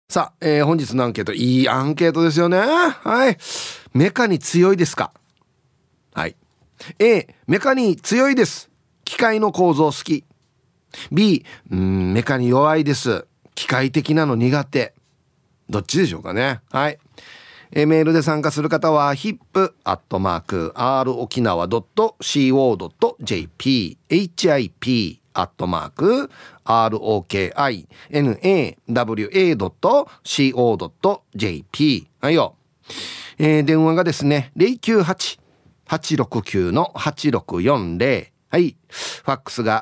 さあ、本日のアンケート、いいアンケートですよね。はい。メカに強いですか？はい。A、メカに強いです。機械の構造好き。B、メカに弱いです。機械的なの苦手。どっちでしょうかね。はい。メールで参加する方は hip@rokinawa.co.jp hip@rokinawa.co.jp はいよ。電話がですね 098-869-8640 はい。ファックスが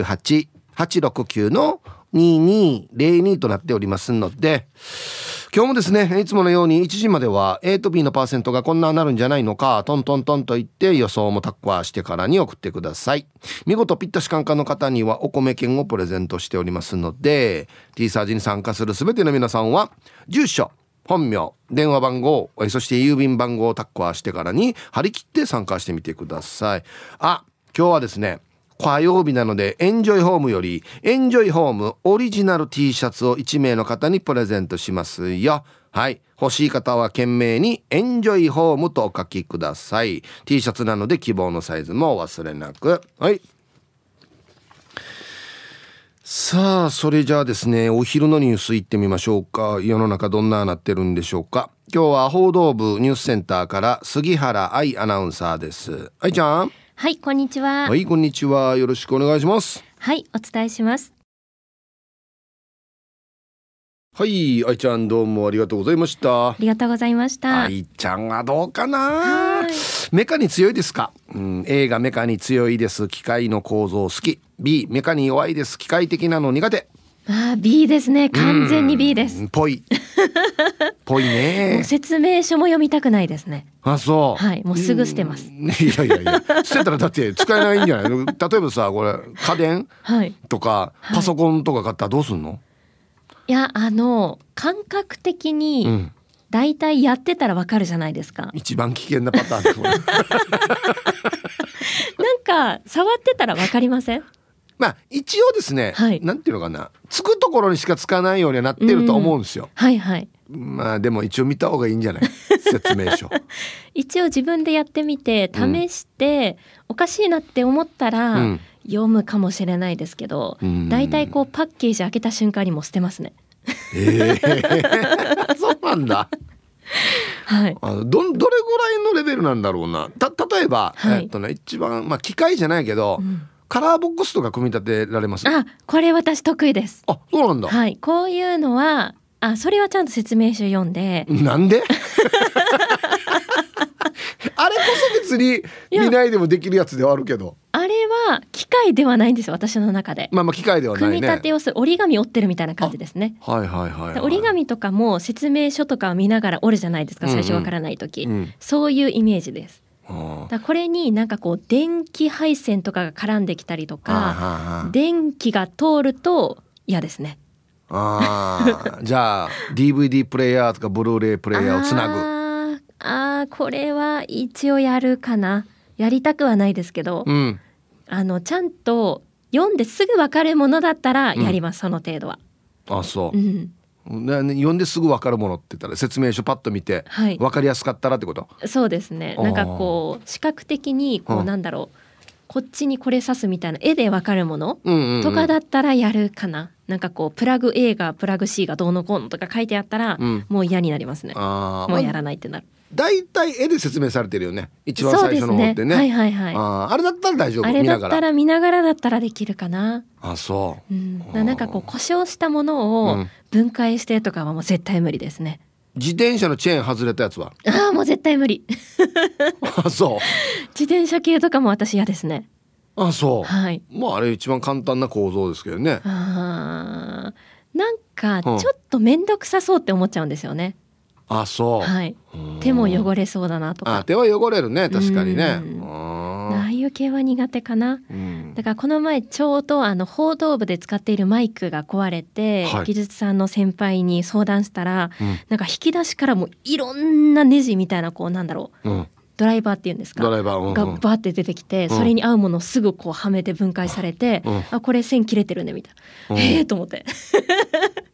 098-869-2202 となっておりますので、今日もですね、いつものように1時までは A と B のパーセントがこんななるんじゃないのか、トントントンと言って予想もタッコアしてからに送ってください。見事ピッタシカンカンの方にはお米券をプレゼントしておりますので、 T サージに参加するすべての皆さんは住所、本名、電話番号、そして郵便番号をタッコアしてからに張り切って参加してみてください。今日はですね、火曜日なのでエンジョイホームよりエンジョイホームオリジナル T シャツを1名の方にプレゼントしますよ。はい。欲しい方は懸命にエンジョイホームとお書きください。 T シャツなので希望のサイズもお忘れなく。はい。さあ、それじゃあですね、お昼のニュース行ってみましょうか。世の中どんななってるんでしょうか。今日は報道部ニュースセンターから杉原愛アナウンサーです。愛ちゃん。 はい、こんにちは。 はい、こんにちは。よろしくお願いします。 はい、お伝えします。 はい、愛ちゃんどうもありがとうございました。 ありがとうございました。 愛ちゃんはどうかな。メカに強いですか。A がメカに強いです。機械の構造好き。B、メカに弱いです。機械的なの苦手。 B ですね。完全に B です。 ぽいぽいね。 もう説明書も読みたくないですね。 そう。 はい、もうすぐ捨てます。 いやいやいや、捨てたらだって使えないんじゃない例えばさ、これ家電、はい、とかパソコンとか買ったらどうすんの？ いや、感覚的にだいたいやってたらわかるじゃないですか。 一番危険なパターンなんか触ってたらわかりません？ まあ一応ですね、はい、なんていうのかな、つくところにしかつかないようにはなってると思うんですよ。 はいはい。 まあでも一応見た方がいいんじゃない説明書一応自分でやってみて試して、おかしいなって思ったら、読むかもしれないですけど、だいたいこうパッケージ開けた瞬間にも捨てますね。 そうなんだ。 はい。 どれぐらいのレベルなんだろうな。例えば、はい、一番、機械じゃないけど、カラーボックスとか組み立てられます？ これ私得意です。 そうなんだ。 はい。こういうのはそれはちゃんと説明書読んで。 なんであれこそ別に見ないでもできるやつではあるけど、 あれは機械ではないんですよ、私の中で。 機械ではないね。 組み立てをする、折り紙折ってるみたいな感じですね。 はいはいはい、はい、 折り紙とかも説明書とかを見ながら折るじゃないですか、最初わからない時、そういうイメージです。だこれになんかこう電気配線とかが絡んできたりとか、電気が通ると嫌ですね。 じゃあ DVD プレイヤーとかブルーレイプレイヤーをつなぐ。 これは一応やるかな。やりたくはないですけど、ちゃんと読んですぐ分かるものだったらやります、その程度は。そう、 読んですぐ分かるものって言ったら説明書パッと見て、分かりやすかったらってこと？ そうですね。なんかこう視覚的にこうなんだろう、こっちにこれ刺すみたいな絵で分かるものとかだったらやるかな。なんかこうプラグ A がプラグ C がどうのこうのとか書いてあったら、もう嫌になりますね。もうやらないってなる。 だいたい絵で説明されてるよね、一番最初の方ってね。 はいはいはい。 あれだったら大丈夫。 あれだったら見ながらだったらできるかな。 そう、 なんかこう故障したものを分解してとかはもう絶対無理ですね。 自転車のチェーン外れたやつはもう絶対無理そう、 自転車系とかも私嫌ですね。 そう、 はい。 あれ一番簡単な構造ですけどね。 なんかちょっと面倒くさそうって思っちゃうんですよね。 そう、 はい、手も汚れそうだなとか。 手は汚れるね、確かにね。 ああいう系は苦手かな。だからこの前ちょうど報道部で使っているマイクが壊れて、技術さんの先輩に相談したら、なんか引き出しからもいろんなネジみたいなこうなんだろう、ドライバーっていうんですか、がバーって出てきて、それに合うものをすぐこうはめて分解されて、これ線切れてるねみたいな、と思って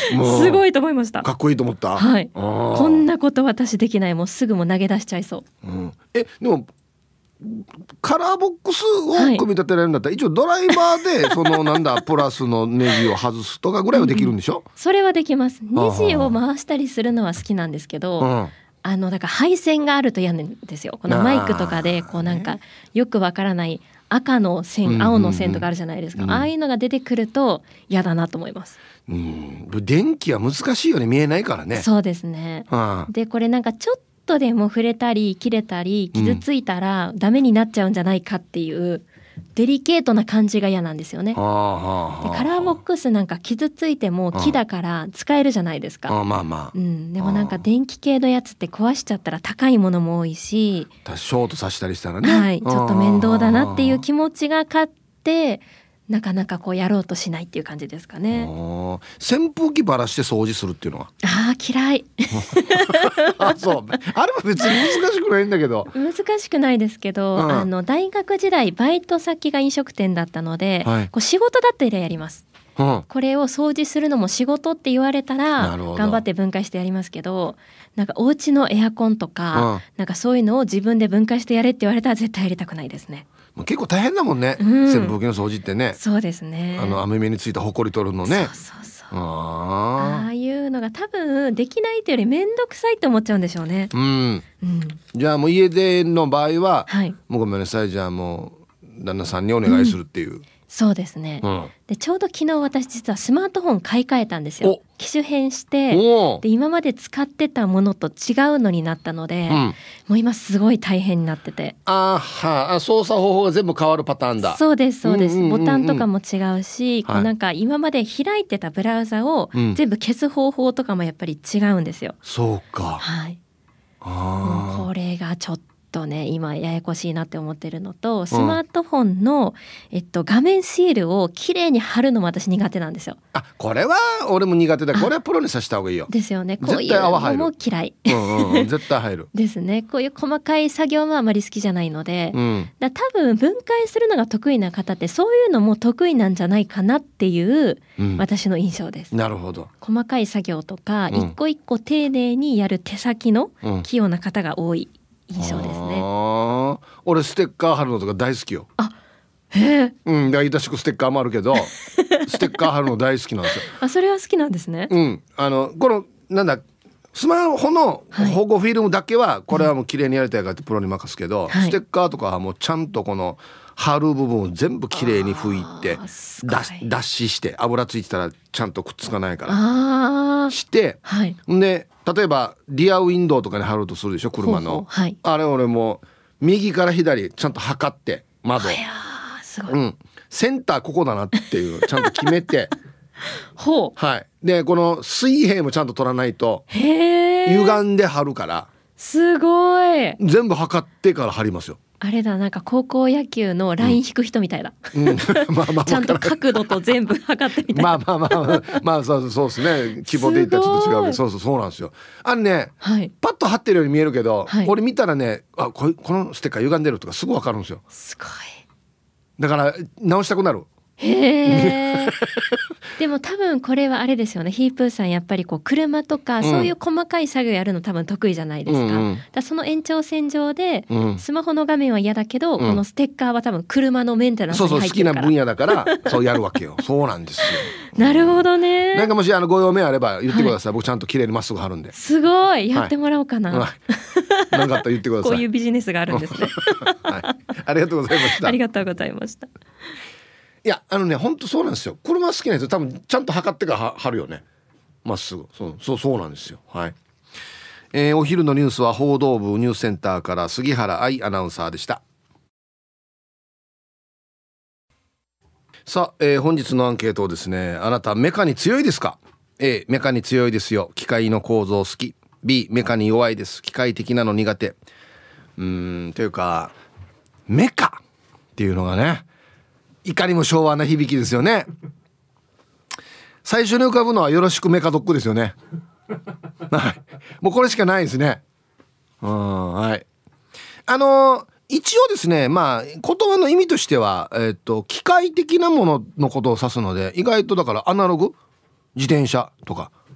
すごいと思いました。 かっこいいと思った。 はい。こんなこと私できない。もうすぐもう投げ出しちゃいそう。 でもカラーボックスを組み立てられるんだったら、一応ドライバーでそのなんだプラスのネジを外すとかぐらいはできるんでしょ。 それはできます。ネジを回したりするのは好きなんですけど、だから配線があると嫌なんですよ。このマイクとかでこうなんかよくわからない赤の線、青の線とかあるじゃないですか。ああいうのが出てくると嫌だなと思います。 電気は難しいよね、見えないからね。 そうですね。でこれなんかちょっとでも触れたり切れたり傷ついたらダメになっちゃうんじゃないかっていうデリケートな感じが嫌なんですよね。でカラーボックスなんか傷ついても木だから使えるじゃないですか。でもなんか電気系のやつって壊しちゃったら高いものも多いし、 ショートさせたりしたらね、 はい、ちょっと面倒だなっていう気持ちが勝ってなかなかこうやろうとしないっていう感じですかね。 扇風機ばらして掃除するっていうのは嫌いそうあれも別に難しくないんだけど。 難しくないですけど、大学時代バイト先が飲食店だったので、こう仕事だったらやります。これを掃除するのも仕事って言われたら頑張って分解してやりますけど、なんかお家のエアコンとか、なんかそういうのを自分で分解してやれって言われたら絶対やりたくないですね。 結構大変だもんね、扇風機の掃除ってね。 そうですね。 網目についたホコリ取るのね。 ああいうのが多分できないというより面倒くさいって思っちゃうんでしょうね。 じゃあもう家での場合は、もうごめんなさい、じゃあもう旦那さんにお願いするっていう、 そうですね、でちょうど昨日私実はスマートフォン買い替えたんですよ。機種変してで今まで使ってたものと違うのになったので、もう今すごい大変になってて。 操作方法が全部変わるパターンだ。 そうですそうです、ボタンとかも違うし、こうなんか今まで開いてたブラウザを全部消す方法とかもやっぱり違うんですよ。 そうか。 はい。もうこれがちょっとね今ややこしいなって思ってるのと、スマートフォンの、画面シールをきれいに貼るのも私苦手なんですよ。 これは俺も苦手だ。これはプロにさせた方がいいよ。 ですよね。こういうのも嫌い絶対入るですね。こういう細かい作業もあまり好きじゃないので、多分分解するのが得意な方ってそういうのも得意なんじゃないかなっていう、私の印象です。 なるほど。 細かい作業とか、一個一個丁寧にやる手先の器用な方が多い印象ですね。 俺ステッカー貼るのとか大好きよ。 へえ。 いたしくステッカーもあるけどステッカー貼るの大好きなんですよ。 それは好きなんですね。 このなんだスマホの保護フィルムだけはこれはもう綺麗にやりたいからってプロに任すけど、ステッカーとかはもうちゃんとこの貼る部分を全部綺麗に拭いて脱脂して油ついてたらちゃんとくっつかないからして、で例えばリアウィンドウとかに貼るとするでしょ、車の。あれ俺も右から左ちゃんと測って窓すごい、 センターここだなっていうちゃんと決めてでこの水平もちゃんと取らないと歪んで貼るから、 すごい全部測ってから貼りますよ。 あれだ、なんか高校野球のライン引く人みたいだ、ちゃんと角度と全部測ってみたいなそうですね、規模で言ったらちょっと違うけど、そうなんですよ。パッと貼ってるように見えるけど、俺見たらね、このステッカー歪んでるとかすぐ分かるんですよ。 すごい。 だから直したくなる。 でも多分これはあれですよね、ヒープーさんやっぱりこう車とかそういう細かい作業やるの多分得意じゃないですか。だその延長線上で、スマホの画面は嫌だけど、このステッカーは多分車のメンテナンスに入ってるから、 好きな分野だからそうやるわけよ。そうなんですよ。 なるほどね。 なんかもしご用命あれば言ってください。僕ちゃんと綺麗にまっすぐ貼るんで。 すごい、やってもらおうかな。 なんかあったら言ってください。 こういうビジネスがあるんですね。 ありがとうございました。 ありがとうございました。 いや本当そうなんですよ。車好きな人多分ちゃんと測ってから貼るよね、まっすぐ。そうなんですよ。お昼のニュースは報道部ニュースセンターから杉原愛アナウンサーでした。さあ、本日のアンケートをですね、あなたメカに強いですか？ A メカに強いですよ、機械の構造好き。 B メカに弱いです、機械的なの苦手。というかメカっていうのがね、いかにも昭和な響きですよね。最初に浮かぶのはよろしくメカドッグですよね。もうこれしかないですね。一応ですね、言葉の意味としては、機械的なもののことを指すので、意外とだからアナログ自転車とか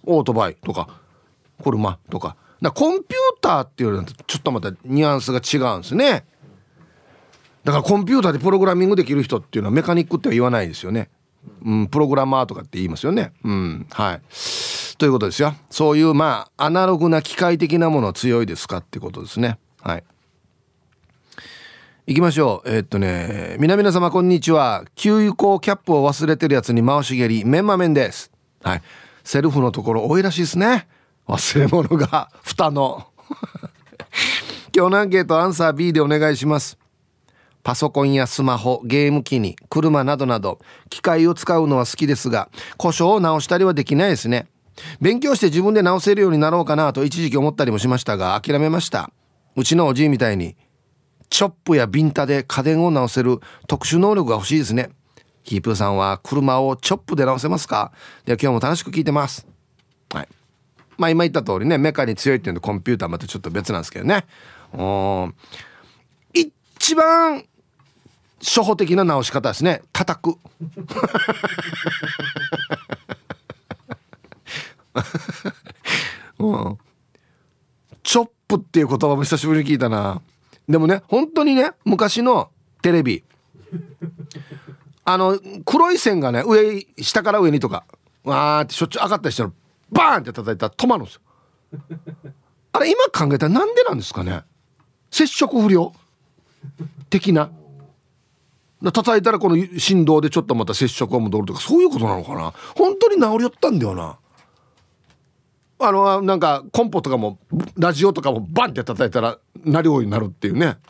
オートバイとか車とか。コンピューターっていうのはちょっとまたニュアンスが違うんですね。だからコンピューターでプログラミングできる人っていうのはメカニックっては言わないですよね。プログラマーとかって言いますよね。はい。ということですよ。そういうアナログな機械的なものは強いですかってことですね。はい。行きましょう。皆様こんにちは。給油口キャップを忘れてるやつに回し蹴りメンマメンです。はい。セルフのところ多いらしいですね。忘れ物が蓋の今日のアンケートアンサー B でお願いします。パソコンやスマホ、ゲーム機に車などなど機械を使うのは好きですが、故障を直したりはできないですね。勉強して自分で直せるようになろうかなと一時期思ったりもしましたが、諦めました。うちのおじいみたいにチョップやビンタで家電を直せる特殊能力が欲しいですね。ヒープーさんは車をチョップで直せますか？では今日も楽しく聞いてます。はい。今言った通りね、メカに強いっていうのとコンピューターまたちょっと別なんですけどね。一番初歩的な直し方ですね。叩くチョップっていう言葉も久しぶりに聞いたな。でもね、本当にね、昔のテレビ黒い線がね、下から上にとかわーってしょっちゅう上がったりしたらバーンって叩いたら止まるんですよ。あれ今考えたらなんでなんですかね。接触不良的な、叩いたらこの振動でちょっとまた接触が戻るとか、そういうことなのかな。本当に治りよったんだよな。なんかコンポとかもラジオとかもバンって叩いたら鳴るようになるっていうね。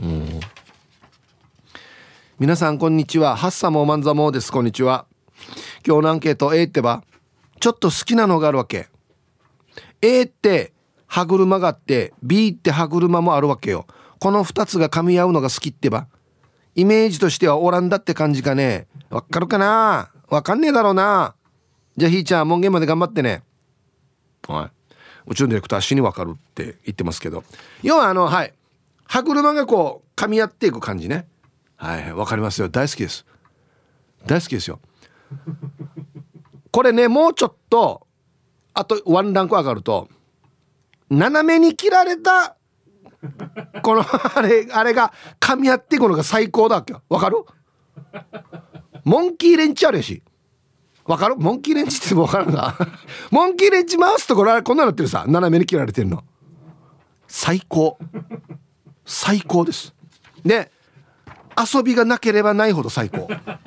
皆さんこんにちは。ハッサモーマンザモーです。こんにちは。今日のアンケート A ってばちょっと好きなのがあるわけ。 A って歯車があって B って歯車もあるわけよ。この2つが噛み合うのが好きってば。イメージとしてはオランダって感じかね。わかるかな。わかんねえだろうな。じゃあひーちゃん門限まで頑張ってね。はい。うちのディレクター死にわかるって言ってますけど、要ははい、歯車がこう噛み合っていく感じね。はいわかりますよ。大好きです。大好きですよ。これね、もうちょっとあとワンランク上がると斜めに切られたこのあれが噛み合っていくのが最高だっけ。わかる？モンキーレンチあるし、わかる？モンキーレンチってもわからんがモンキーレンチ回すところこんなのってるさ、斜めに切られてるの最高最高です。で遊びがなければないほど最高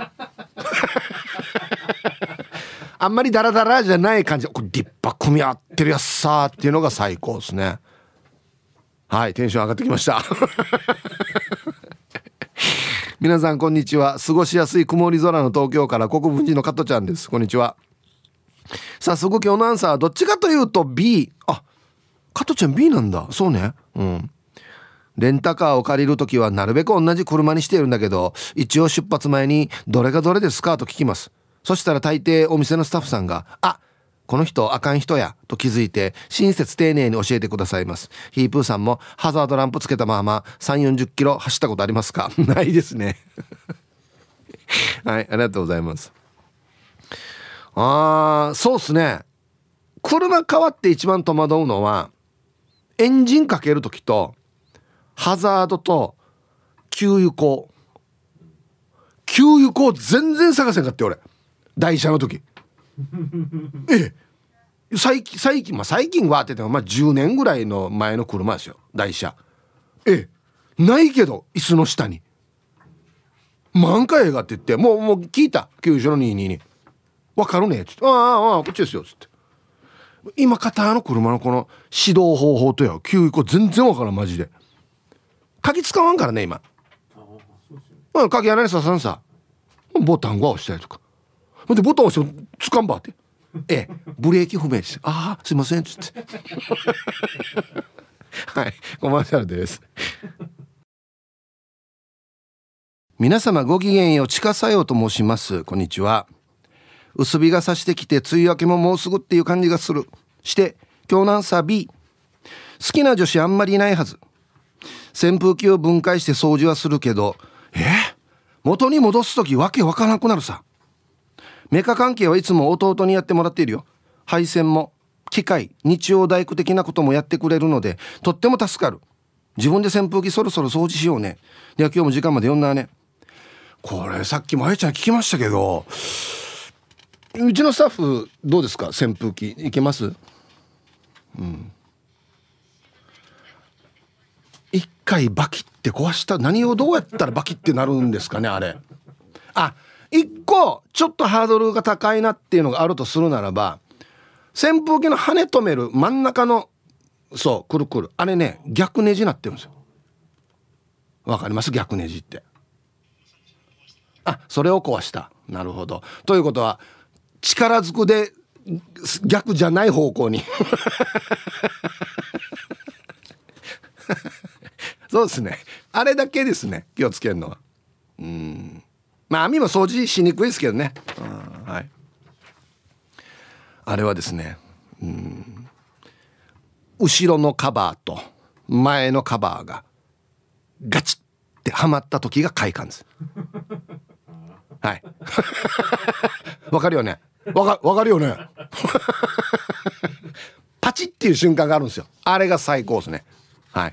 あんまりダラダラじゃない感じ、これ立派組み合ってるやつさっていうのが最高ですね。はい、テンション上がってきました皆さんこんにちは。過ごしやすい曇り空の東京から国分寺の加トちゃんです。こんにちは。早速今日のアンサーはどっちかというと B。 加トちゃん B なんだ。そうね。レンタカーを借りるときはなるべく同じ車にしているんだけど、一応出発前にどれがどれですかと聞きます。そしたら大抵お店のスタッフさんがこの人あかん人やと気づいて親切丁寧に教えてくださいます。ヒープーさんもハザードランプつけたまま3、40キロ走ったことありますか？ないですねはい、ありがとうございます。そうっすね。車変わって一番戸惑うのはエンジンかけるときとハザードと給油口全然探せんかって俺台車の時最近はって言っても10年ぐらいの前の車ですよ台車。ないけど椅子の下に満開がって言って、もう聞いた給油所の22に分かるねっつって、こっちですよっつって、今方の車のこの指導方法とや給油口全然分からんマジで。鍵使わんからね今。鍵穴に刺さんさ、ボタンを押したりとかでボタン押してつかんばってブレーキ不明です。すいませんっつってはいコマーシャルです。皆様ごきげんよう、ちかさようと申します。こんにちは。薄日が差してきて梅雨明けももうすぐっていう感じがするして今日のアンサー B。 好きな女子あんまりいないはず。扇風機を分解して掃除はするけど元に戻すときわけわからなくなるさ。メカ関係はいつも弟にやってもらっているよ。配線も機械、日曜大工的なこともやってくれるのでとっても助かる。自分で扇風機そろそろ掃除しようね。では今日も時間まで読んだね。これさっきもあやちゃん聞きましたけど、うちのスタッフどうですか、扇風機いけます？一回バキって壊した、何をどうやったらバキってなるんですかね、あれ。一個ちょっとハードルが高いなっていうのがあるとするならば、扇風機の羽止める真ん中の、そうくるくる、あれね、逆ネジになってるんですよ。わかります？逆ネジって。それを壊した。なるほど。ということは力ずくで逆じゃない方向にそうですね、あれだけですね、気をつけるのは。網も掃除しにくいですけどね。はい、あれはですね、後ろのカバーと前のカバーがガチッってはまった時が快感です。はいわかるよね、わかるよねパチッっていう瞬間があるんですよ。あれが最高ですね。はい。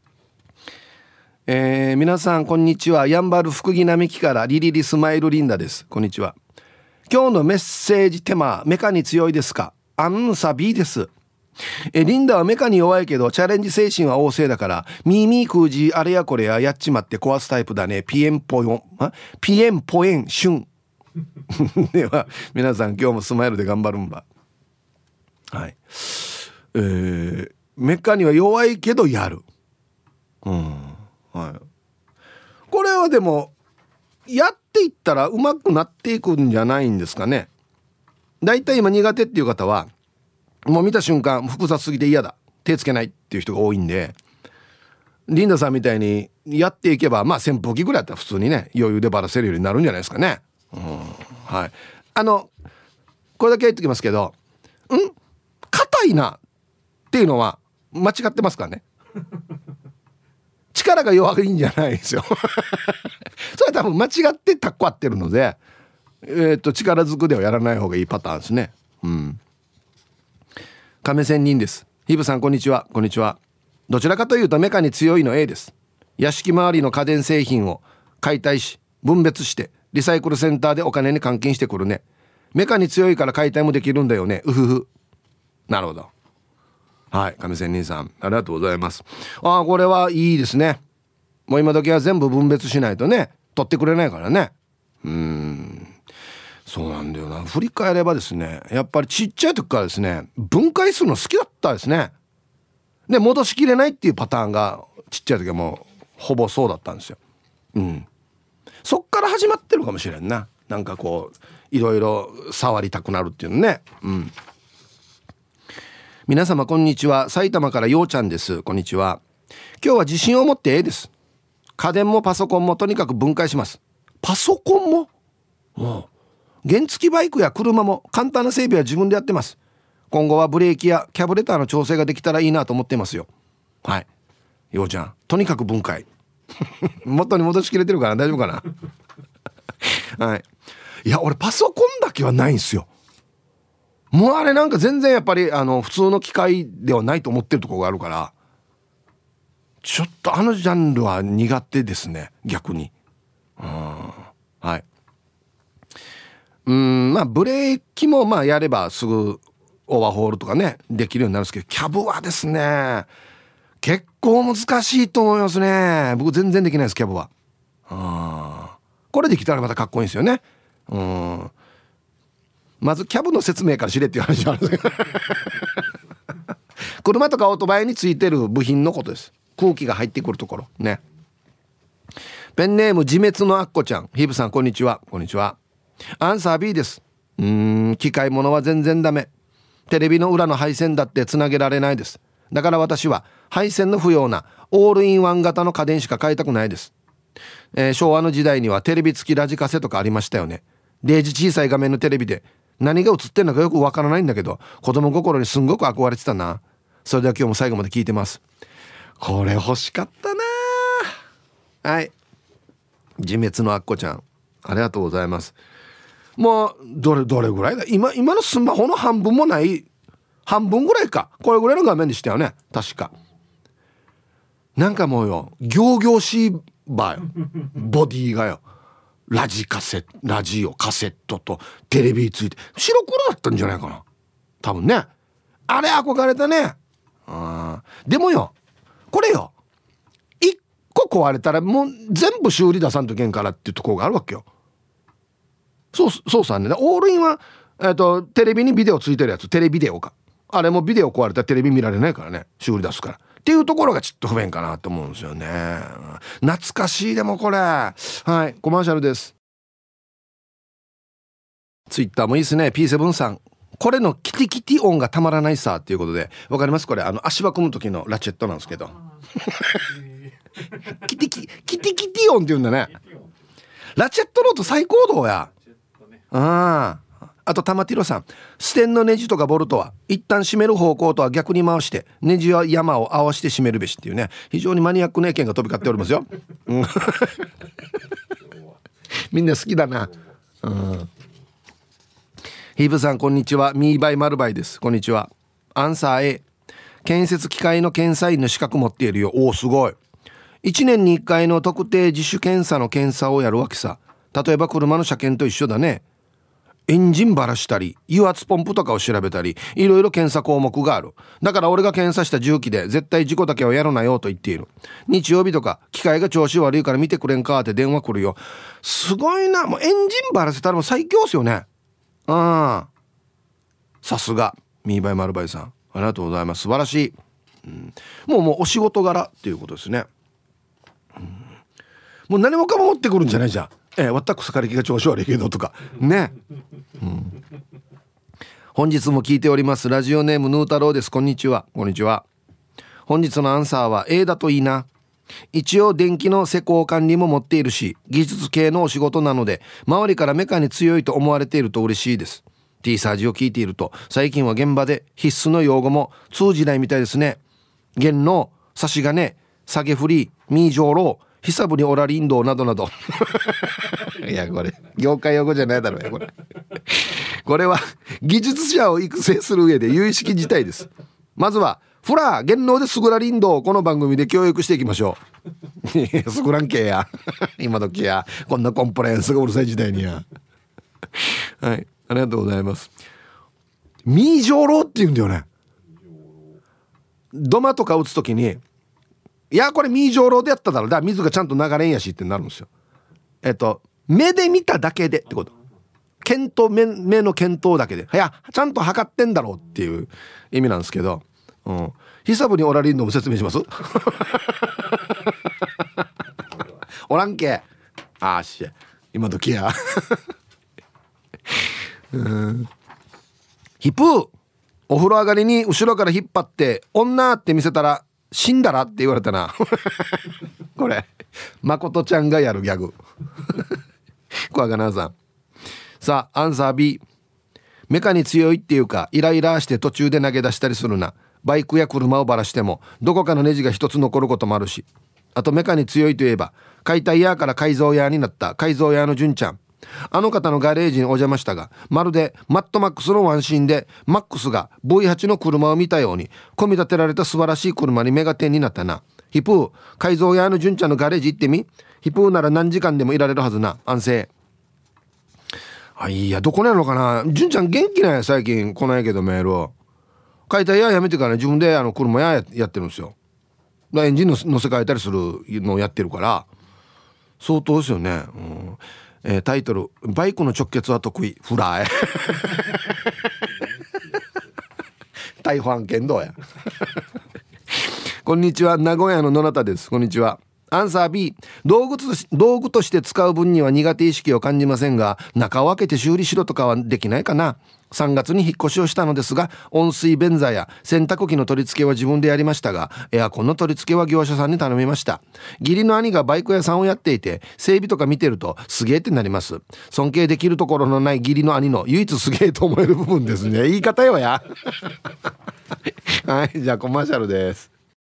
皆さんこんにちは。やんばる福木並木からリリリスマイルリンダです。こんにちは。今日のメッセージテーマ、メカに強いですか？アンサビーです。リンダはメカに弱いけどチャレンジ精神は旺盛だから、ミーミークージーあれやこれやっちまって壊すタイプだね。ピエンポエンシュンでは皆さん今日もスマイルで頑張るんば。はい。メカには弱いけどやる。はい。これはでもやっていったら上手くなっていくんじゃないんですかね。だいたい今苦手っていう方はもう見た瞬間複雑すぎて嫌だ、手つけないっていう人が多いんで、リンダさんみたいにやっていけば、まあ扇風機ぐらいだったら普通にね余裕でバラせるようになるんじゃないですかね。はい。これだけ言っておきますけど、硬いなっていうのは間違ってますからね。力が弱いんじゃないですよそれは多分間違ってタッコ合ってるので、力ずくではやらない方がいいパターンですね。亀仙人です。ヒブさんこんにちは。こんにちは。どちらかというとメカに強いの A です。屋敷周りの家電製品を解体し分別してリサイクルセンターでお金に換金してくるね。メカに強いから解体もできるんだよね。うふふ。なるほど。はい、亀仙人さんありがとうございます。これはいいですね。もう今時は全部分別しないとね取ってくれないからね。そうなんだよな。振り返ればですね、やっぱりちっちゃい時からですね分解するの好きだったですね。で戻しきれないっていうパターンがちっちゃい時はもうほぼそうだったんですよ。そっから始まってるかもしれんな。なんかこういろいろ触りたくなるっていうのね。皆様こんにちは。埼玉からようちゃんです。こんにちは。今日は自信を持って A です。家電もパソコンもとにかく分解します。パソコンも原付バイクや車も簡単な整備は自分でやってます。今後はブレーキやキャブレターの調整ができたらいいなと思ってますよ。はい。ようちゃんとにかく分解元に戻しきれてるから大丈夫かなはい。いや俺パソコンだけはないんすよ。もうあれなんか全然やっぱり普通の機械ではないと思ってるところがあるから、ちょっとジャンルは苦手ですね逆に。はい。まあブレーキもまあやればすぐオーバーホールとかねできるようになるんですけど、キャブはですね結構難しいと思いますね。僕全然できないですキャブは。これできたらまたかっこいいんですよね。まずキャブの説明から知れっていう話なんですけど車とかオートバイについてる部品のことです。空気が入ってくるところね。ペンネーム自滅のアッコちゃん。ヒブさんこんにちは。こんにちは。アンサー B です。機械物は全然ダメ。テレビの裏の配線だってつなげられないです。だから私は配線の不要なオールインワン型の家電しか買いたくないです。昭和の時代にはテレビ付きラジカセとかありましたよね。デージ小さい画面のテレビで何が映ってんのかよくわからないんだけど子供心にすんごく憧れてたな。それでは今日も最後まで聞いてます。これ欲しかったな。はい。自滅のアッコちゃんありがとうございます。もうどれぐらいだ今のスマホの半分もない半分ぐらいか、これぐらいの画面でしたよね確か。なんかもうよ仰々しいばよボディがよ、ラジオカセットとテレビついて白黒だったんじゃないかな多分ね。あれ憧れたね。でもよこれよ1個壊れたらもう全部修理出さんといけんからっていうところがあるわけよ。そうさね、オールインはテレビにビデオついてるやつ、テレビデオか、あれもビデオ壊れたらテレビ見られないからね、修理出すからっていうところがちょっと不便かなと思うんですよね。懐かしい。でもこれはいコマーシャルです。ツイッターもいいですね。 P7 さん、これのキティキティ音がたまらないさっていうことで、わかります？これ足場組む時のラチェットなんですけどキティキティ音って言うんだね。ラチェットの音最高度や。あと玉ティロさん、ステンのネジとかボルトは一旦締める方向とは逆に回してネジや山を合わせて締めるべしっていうね、非常にマニアックな意見が飛び交っておりますよ、みんな好きだな。ヒーブさんこんにちは、ミーバイマルバイです。こんにちは。アンサー A、 建設機械の検査員の資格持っているよ。おーすごい。1年に1回の特定自主検査の検査をやるわけさ。例えば車の車検と一緒だね。エンジンばらしたり油圧ポンプとかを調べたり、いろいろ検査項目がある。だから俺が検査した重機で絶対事故だけはやるなよと言っている。日曜日とか機械が調子悪いから見てくれんかって電話来るよ。すごいな。もうエンジンばらせたらもう最強っすよね。さすがミーバイマルバイさん、ありがとうございます。素晴らしい、もうお仕事柄っていうことですね、もう何もかも持ってくるんじゃないじゃん。わったく草刈り機が調子悪いけどとかね、本日も聞いております。ラジオネームヌー太郎です。こんにちは。こんにちは。本日のアンサーは A だといいな。一応電気の施工管理も持っているし、技術系のお仕事なので周りからメカに強いと思われていると嬉しいです。 T サージを聞いていると最近は現場で必須の用語も通じないみたいですね。弦の差し金、下げ振り、ミージョーロー、久ぶりオラリンドなどなどいやこれ業界用語じゃないだろうよこれこれは技術者を育成する上で有識事態です。まずはフラー芸能ですぐらりんどをこの番組で教育していきましょうすぐらんけや今時やこんなコンプライアンスがうるさい時代にやはい、ありがとうございます。ミージョーローって言うんだよね。土間とか打つときに、いやこれミージョーローでやっただろ、だから水がちゃんと流れんやしってなるんですよ。目で見ただけでってこと、目の見当だけで、いやちゃんと測ってんだろうっていう意味なんですけど、久ぶにオラリンドも説明しますおらんけ今時やヒプー、お風呂上がりに後ろから引っ張って女って見せたら死んだらって言われたなこれ誠ちゃんがやるギャグ小赤菜さん。さあアンサー B、 メカに強いっていうかイライラして途中で投げ出したりするな。バイクや車をばらしてもどこかのネジが一つ残ることもあるし、あとメカに強いといえば解体屋から改造屋になった改造屋の純ちゃん。あの方のガレージにお邪魔したが、まるでマッドマックスのワンシーンでマックスが V8 の車を見たように込み立てられた素晴らしい車に目が点になったな。ヒプー、改造屋の純ちゃんのガレージ行ってみ。ヒプーなら何時間でもいられるはずな。安静。いやどこにあるのかな。純ちゃん元気なんや。最近来ないけどメールを。解体屋やめてから、ね、自分で車やってるんですよ。エンジンの乗せ替えたりするのをやってるから相当ですよね、タイトル、バイクの直結は得意フラー逮捕案件どうやこんにちは、名古屋の野中です。こんにちは。アンサー B、 道具として使う分には苦手意識を感じませんが、中を開けて修理しろとかはできないかな。3月に引っ越しをしたのですが、温水便座や洗濯機の取り付けは自分でやりましたが、エアコンの取り付けは業者さんに頼みました。義理の兄がバイク屋さんをやっていて、整備とか見てるとすげーってなります。尊敬できるところのない義理の兄の唯一すげーと思える部分ですね。言い方よやはい、じゃあコマーシャルです。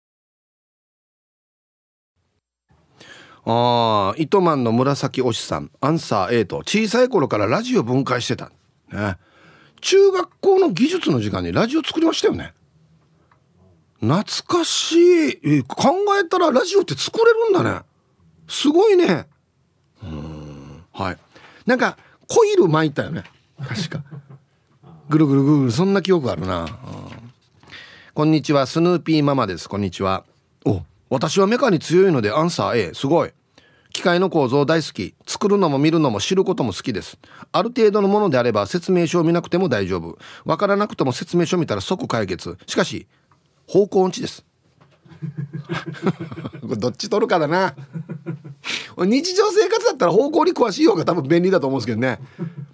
糸満の紫推しさん、アンサー A と小さい頃からラジオ分解してた、ね、 中学校の技術の時間にラジオ作りましたよね。懐かしい。考えたらラジオって作れるんだね。すごいね。はい。なんかコイル巻いたよね。確か。ぐるぐるぐるぐる、そんな記憶あるな。こんにちは、スヌーピーママです。こんにちは。私はメカに強いのでアンサー A。すごい。機械の構造大好き。作るのも見るのも知ることも好きです。ある程度のものであれば説明書を見なくても大丈夫。わからなくても説明書を見たら即解決。しかし方向音痴です。これどっち取るかだな。日常生活だったら方向に詳しい方が多分便利だと思うんですけどね。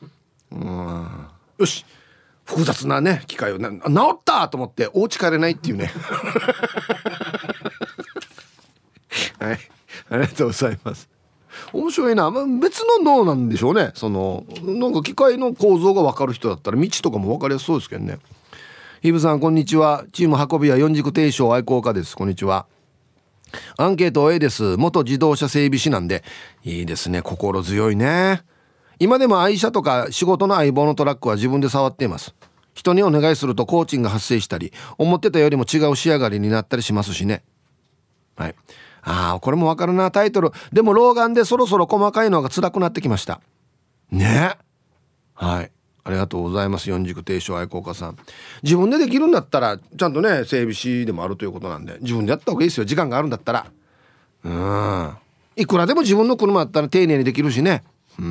よし、複雑なね機械を治ったと思ってお家帰れないっていうね。はい、ありがとうございます。面白いな。別の脳なんでしょうね。なんか機械の構造が分かる人だったら道とかも分かりやすそうですけどね。ヒブさんこんにちは。チーム運び屋四軸定称愛好家です。こんにちは。アンケート A です。元自動車整備士なんで。いいですね、心強いね。今でも愛車とか仕事の相棒のトラックは自分で触っています。人にお願いすると工賃が発生したり、思ってたよりも違う仕上がりになったりしますしね。はい。これもわかるな。タイトルでも老眼でそろそろ細かいのが辛くなってきましたね。はい、ありがとうございます。四軸定称愛好家さん。自分でできるんだったらちゃんとね、整備士でもあるということなんで自分でやった方がいいですよ。時間があるんだったら。いくらでも自分の車だったら丁寧にできるしね。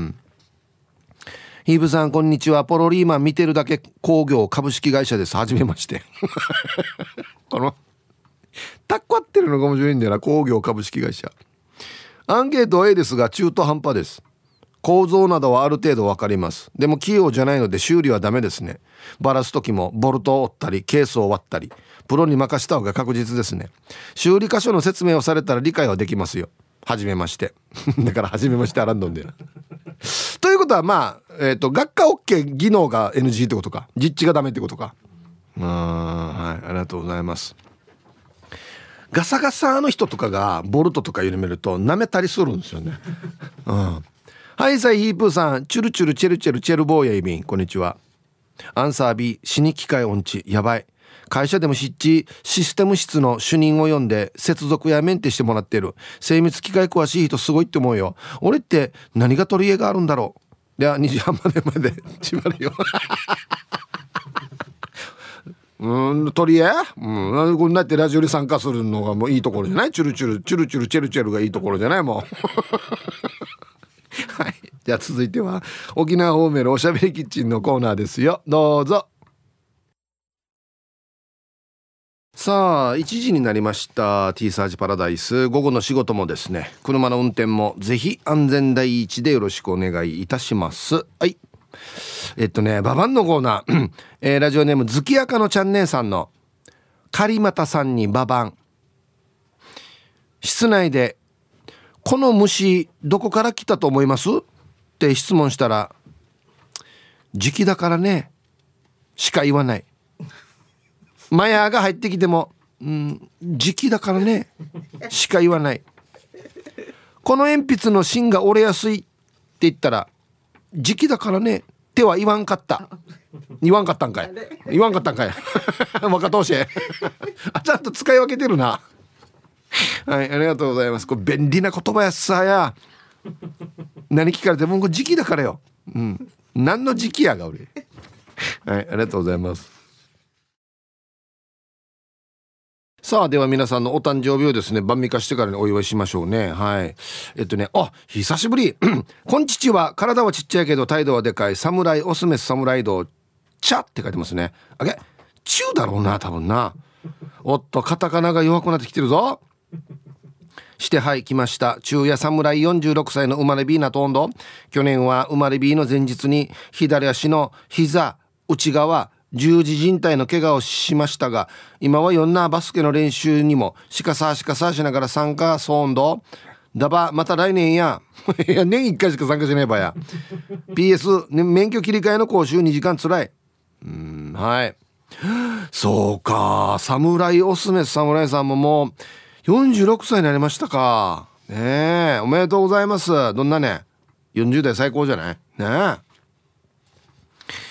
ヒーブさんこんにちは。ポロリーマン見てるだけ工業株式会社です。はじめまして。このタッコ合ってるのが面白いんだよな。工業株式会社。アンケート A ですが中途半端です。構造などはある程度わかります。でも器用じゃないので修理はダメですね。バラす時もボルトを折ったりケースを割ったり、プロに任した方が確実ですね。修理箇所の説明をされたら理解はできますよ。はじめまして。だからはじめましてあらんどんでということは学科 OK 技能が NG ってことか、実地がダメってことか。はい、ありがとうございます。ガサガサの人とかがボルトとか緩めると舐めたりするんですよね。はい、サイヒープーさん、チュルチュルチェルチェルチェルボーヤイビン、こんにちは。アンサー B、死に機械音痴やばい。会社でもシステム室の主任を呼んで接続やメンテしてもらってる。精密機械詳しい人すごいって思うよ。俺って何が取り柄があるんだろう。では2時半まで縛るよ。取り柄こんなってラジオに参加するのがもういいところじゃない。チュルチュルチュルチュルチェルチェルがいいところじゃないもう。はい、じゃあ続いては沖縄方面のおしゃべりキッチンのコーナーですよ。どうぞ。さあ1時になりました。 T サージパラダイス、午後の仕事もですね、車の運転もぜひ安全第一でよろしくお願いいたします。はい、ババンのコーナー、ラジオネーム月赤のちゃん姉さんの狩俣さんにババン。室内でこの虫どこから来たと思いますって質問したら、時期だからねしか言わない。マヤが入ってきても時期だからねしか言わない。この鉛筆の芯が折れやすいって言ったら、時期だからねっては言わんかった。言わんかったんかい。言わんかったんかい。若投手。ちゃんと使い分けてるな。はい、ありがとうございます。これ便利な言葉やさや。何聞かれてもこれ時期だからよ。何の時期やが俺。はい、ありがとうございます。さあでは皆さんのお誕生日をですね晩御飯してからにお祝いしましょうね。はい、久しぶり。こんちちは。体はちっちゃいけど態度はでかい。侍オスメス侍道チャって書いてますね。チューだろうな多分な。おっとカタカナが弱くなってきてるぞ。してはい来ました。中夜侍46歳の生まれビーナと温度。去年は生まれビーの前日に左足の膝内側十字靭帯の怪我をしましたが、今はよんなバスケの練習にもしかさしながら参加。そう温度だばまた来年や。いや年1回しか参加しないばや。 PS、ね、免許切り替えの講習2時間つらい。はい、そうか。侍オスメス侍さんももう46歳になりましたかね。おめでとうございます。どんなね40代最高じゃないね。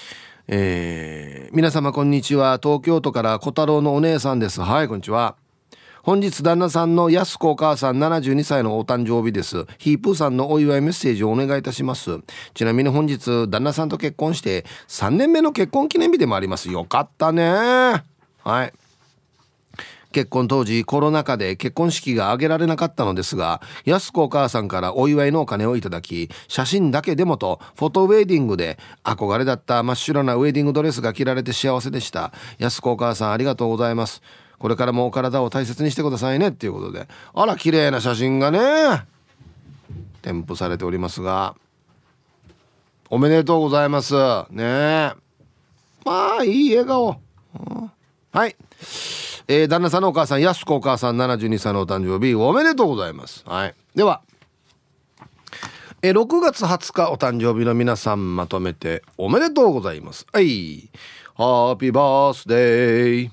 皆様こんにちは。東京都から小太郎のお姉さんです。はい、こんにちは。本日旦那さんのやすこお母さん72歳のお誕生日です。ヒープーさんのお祝いメッセージをお願いいたします。ちなみに本日旦那さんと結婚して3年目の結婚記念日でもあります。よかったね。はい。結婚当時コロナ禍で結婚式が挙げられなかったのですが、安子お母さんからお祝いのお金をいただき、写真だけでもとフォトウェディングで憧れだった真っ白なウェディングドレスが着られて幸せでした。安子お母さんありがとうございます。これからもお体を大切にしてくださいねっていうことで、あら綺麗な写真がね添付されておりますが、おめでとうございますね。まあいい笑顔、はい。旦那さんのお母さん、やすこお母さん72歳のお誕生日おめでとうございます。はい。では、6月20日お誕生日の皆さんまとめておめでとうございます。はい。ハッピーバースデー。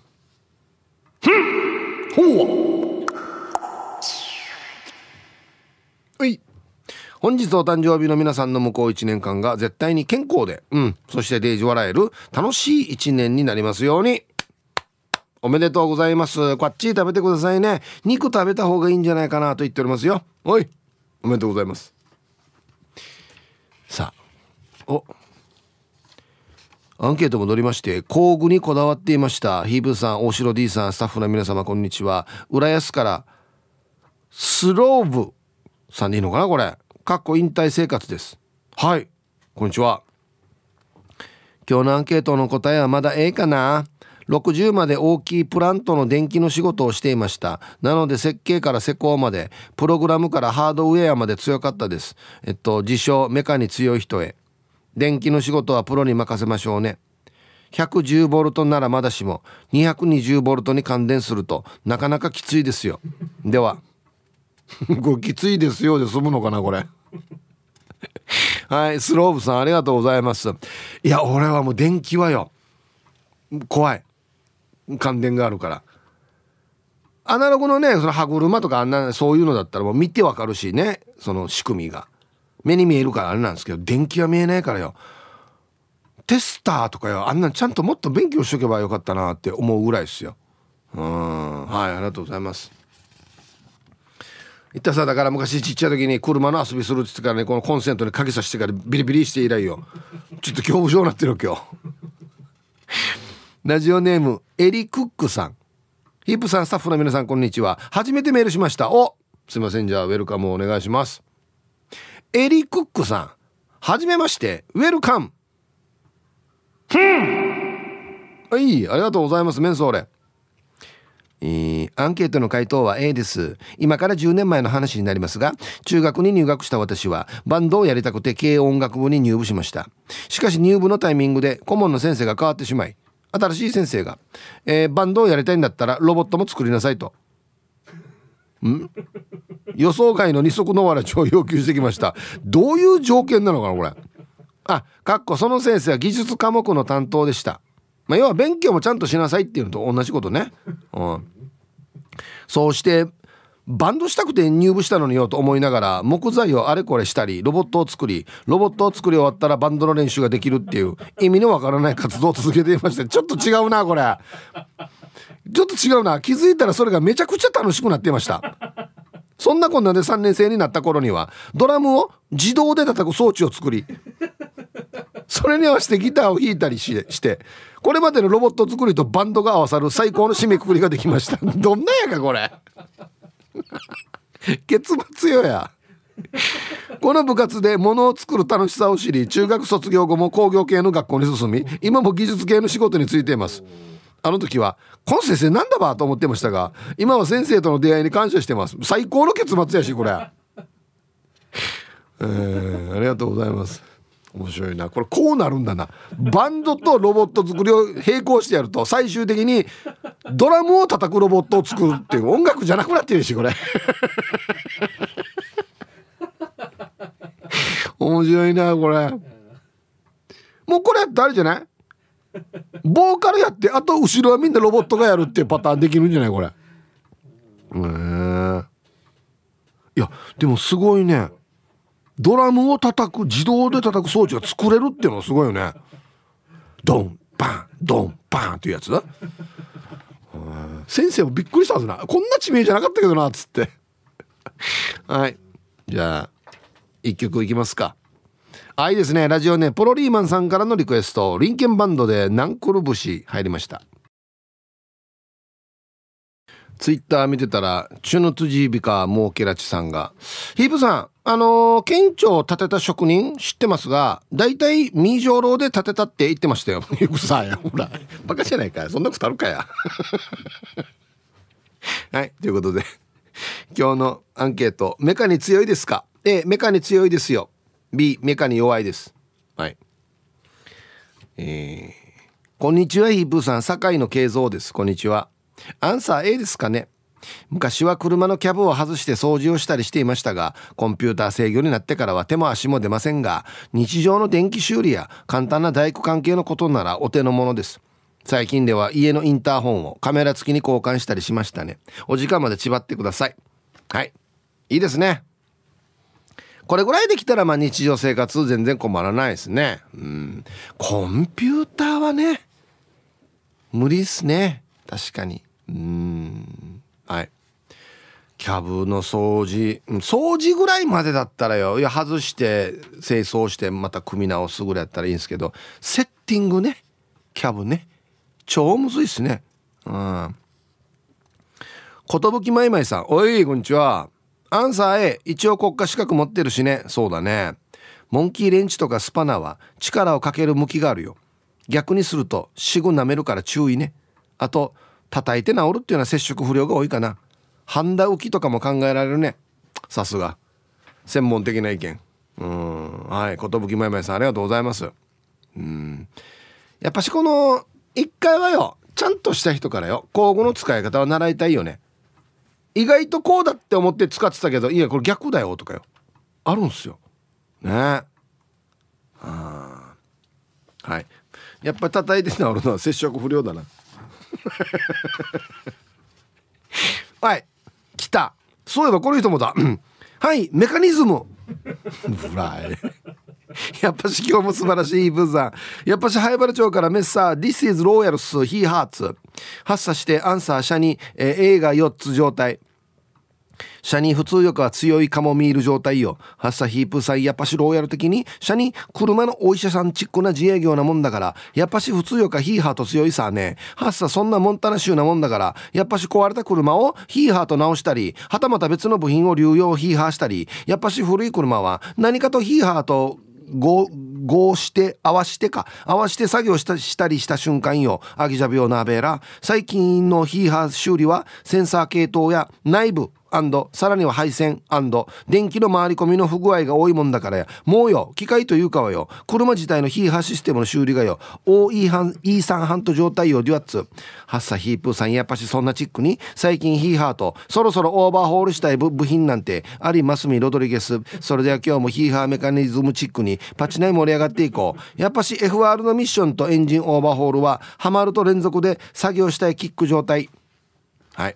ほう。はい。本日お誕生日の皆さんの向こう1年間が絶対に健康で、そしてデージ笑える楽しい1年になりますように。おめでとうございます。こっち食べてくださいね。肉食べた方がいいんじゃないかなと言っておりますよ。おい、おめでとうございます。さあ、アンケート戻りまして、工具にこだわっていました。ヒーブーさん、大城 D さん、スタッフの皆様こんにちは。浦安からスローブさんでいいのかな、これ。かっこ引退生活です。はい、こんにちは。今日のアンケートの答えはまだかな。60まで大きいプラントの電気の仕事をしていました。なので設計から施工までプログラムからハードウェアまで強かったです。自称メカに強い人へ。電気の仕事はプロに任せましょうね。110ボルトならまだしも220ボルトに感電するとなかなかきついですよ。ではこれきついですよで済むのかなこれはい、スローブさんありがとうございます。いや俺はもう電気はよ怖い、感電があるから。アナログのね、その歯車とかあんなそういうのだったらもう見てわかるしね、その仕組みが目に見えるからあれなんですけど、電気は見えないからよ。テスターとかよ、あんなんちゃんともっと勉強しとけばよかったなって思うぐらいですよ。はい、ありがとうございます。言ったさ、だから昔ちっちゃい時に車の遊びするって言ってからね、このコンセントに鍵さしてからビリビリして以来よ、ちょっと恐怖症になってる今日ラジオネームエリクックさん、ヒープさん、スタッフの皆さんこんにちは。初めてメールしました。すいません、じゃあウェルカムお願いします。エリクックさん、はじめまして、ウェルカム。はい、ありがとうございます。メンソーレ。アンケートの回答は A です。今から10年前の話になりますが、中学に入学した私はバンドをやりたくて軽音楽部に入部しました。しかし入部のタイミングで顧問の先生が変わってしまい、新しい先生が、バンドをやりたいんだったらロボットも作りなさいと予想外の二足のわらじを要求してきました。どういう条件なのかなこれ。その先生は技術科目の担当でした。要は勉強もちゃんとしなさいっていうのと同じことね。そうしてバンドしたくて入部したのによと思いながら木材をあれこれしたりロボットを作り終わったらバンドの練習ができるっていう意味のわからない活動を続けていました。ちょっと違うなこれ。ちょっと違うな。気づいたらそれがめちゃくちゃ楽しくなっていました。そんなこんなで3年生になった頃にはドラムを自動で叩く装置を作り、それに合わせてギターを弾いたりしてこれまでのロボット作りとバンドが合わさる最高の締めくくりができました。どんなやかこれ結末よや。この部活で物を作る楽しさを知り、中学卒業後も工業系の学校に進み、今も技術系の仕事に就いています。あの時はこの先生なんだばと思ってましたが、今は先生との出会いに感謝してます。最高の結末やしこれありがとうございます。面白いなこれ。こうなるんだな。バンドとロボット作りを並行してやると最終的にドラムを叩くロボットを作るっていう音楽じゃなくなってるしこれ面白いなこれ。もうこれやってあれじゃない、ボーカルやってあと後ろはみんなロボットがやるっていうパターンできるんじゃないこれ。いやでもすごいね。ドラムを自動で叩く装置が作れるっていうのはすごいよね。 ドンバンドンバンっていうやつだ。先生もびっくりしたはずな、こんな地名じゃなかったけどなっつってはい、じゃあ一曲いきますか。いいですね。ラジオネポロリーマンさんからのリクエスト、リンケンバンドでナンクル節入りました。ツイッター見てたらチュヌトゥジービカモーケラチさんが、ヒープさん県庁を建てた職人知ってますが、だいたいミージョーローで建てたって言ってましたよ。よくさや、ほらバカじゃないかよ、そんなことあるかやはい、ということで今日のアンケート、メカに強いですか？ A、メカに強いですよ。 B、メカに弱いです。はい。こんにちは、ヒープーさん、堺の慶三です。こんにちは。アンサー A ですかね。昔は車のキャブを外して掃除をしたりしていましたが、コンピューター制御になってからは手も足も出ませんが、日常の電気修理や簡単な大工関係のことならお手の物です。最近では家のインターホンをカメラ付きに交換したりしましたね。お時間まで縛ってください。はい、いいですね。これぐらいできたら日常生活全然困らないですね。コンピューターはね無理っすね、確かに。はい。キャブの掃除ぐらいまでだったらよ、いや外して清掃してまた組み直すぐらいだったらいいんですけど、セッティングね、キャブね、超むずいっすね。ことぶきまいまいさん、おいこんにちは。アンサー A、一応国家資格持ってるしね。そうだね。モンキーレンチとかスパナは力をかける向きがあるよ。逆にすると死後舐めるから注意ね。あと叩いて治るっていうのは接触不良が多いかな。ハンダ浮きとかも考えられるね。さすが専門的な意見。はい、ことぶきまいまいさんありがとうございます。やっぱしこの一回はよ、ちゃんとした人からよ、工具の使い方は習いたいよね。意外とこうだって思って使ってたけど、いやこれ逆だよとかよ、あるんすよね。はい、やっぱり叩いて治るのは接触不良だなはい来た。そういえばこの人もだはい、メカニズムフライやっぱし今日も素晴らしいブーさん。やっぱし灰原町からメッサー This is Royals He Hearts 発射してアンサーシャに、A が4つ状態。シャニ普通よくは強いカモミール状態よ。ハッサヒープさんやっぱしローヤル的にシャニ車のお医者さんチックな自営業なもんだから、やっぱし普通よかヒーハーと強いさね。ハッサそんなモンタナ州なもんだから、やっぱし壊れた車をヒーハーと直したり、はたまた別の部品を流用ヒーハーしたり、やっぱし古い車は何かとヒーハーと合して合わして作業したりした瞬間よ。アギジャビオナーベーラ。最近のヒーハー修理はセンサー系統や内部さらには配線電気の回り込みの不具合が多いもんだからや。もうよ、機械というかはよ、車自体のヒーハーシステムの修理がよ、E3 ハント状態よ。デュアッツハッサヒープーさんやっぱしそんなチックに最近ヒーハーとそろそろオーバーホールしたい部品なんてありますみロドリゲス。それでは今日もヒーハーメカニズムチックにパチナイ盛り上がっていこう。やっぱし FR のミッションとエンジンオーバーホールはハマると連続で作業したいキック状態。はい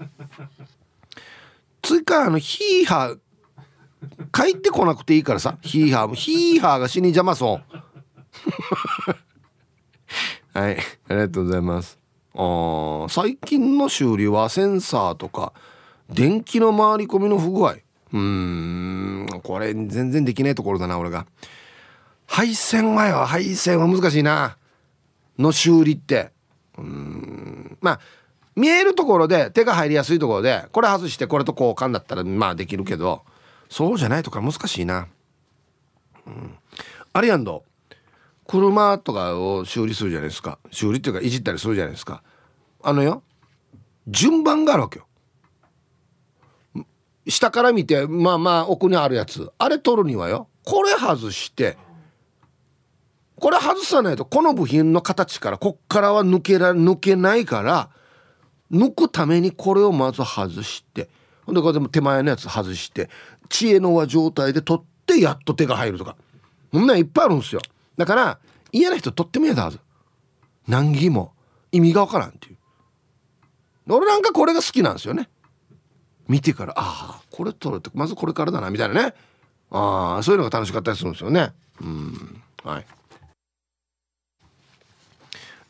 追加ヒーハー帰ってこなくていいからさ、ヒーハーが死に邪魔そうはい、ありがとうございます。最近の修理はセンサーとか電気の回り込みの不具合。これ全然できないところだな俺が。配線は難しいなの修理って。まあ見えるところで手が入りやすいところでこれ外してこれと交換だったらできるけど、そうじゃないとか難しいな。アリアンド車とかを修理するじゃないですか。修理っていうかいじったりするじゃないですか。順番があるわけよ。下から見て奥にあるやつ、あれ取るにはよ、これ外してこれ外さないとこの部品の形からこっからは抜けないから、抜くためにこれをまず外して、ほんでこれでも手前のやつ外して知恵の輪状態で取ってやっと手が入るとか、そんなんいっぱいあるんですよ。だから嫌な人取ってみえたはず。難儀も意味がわからんっていう。俺なんかこれが好きなんですよね。見てからこれ取るってまずこれからだなみたいなね。そういうのが楽しかったりするんですよね。はい。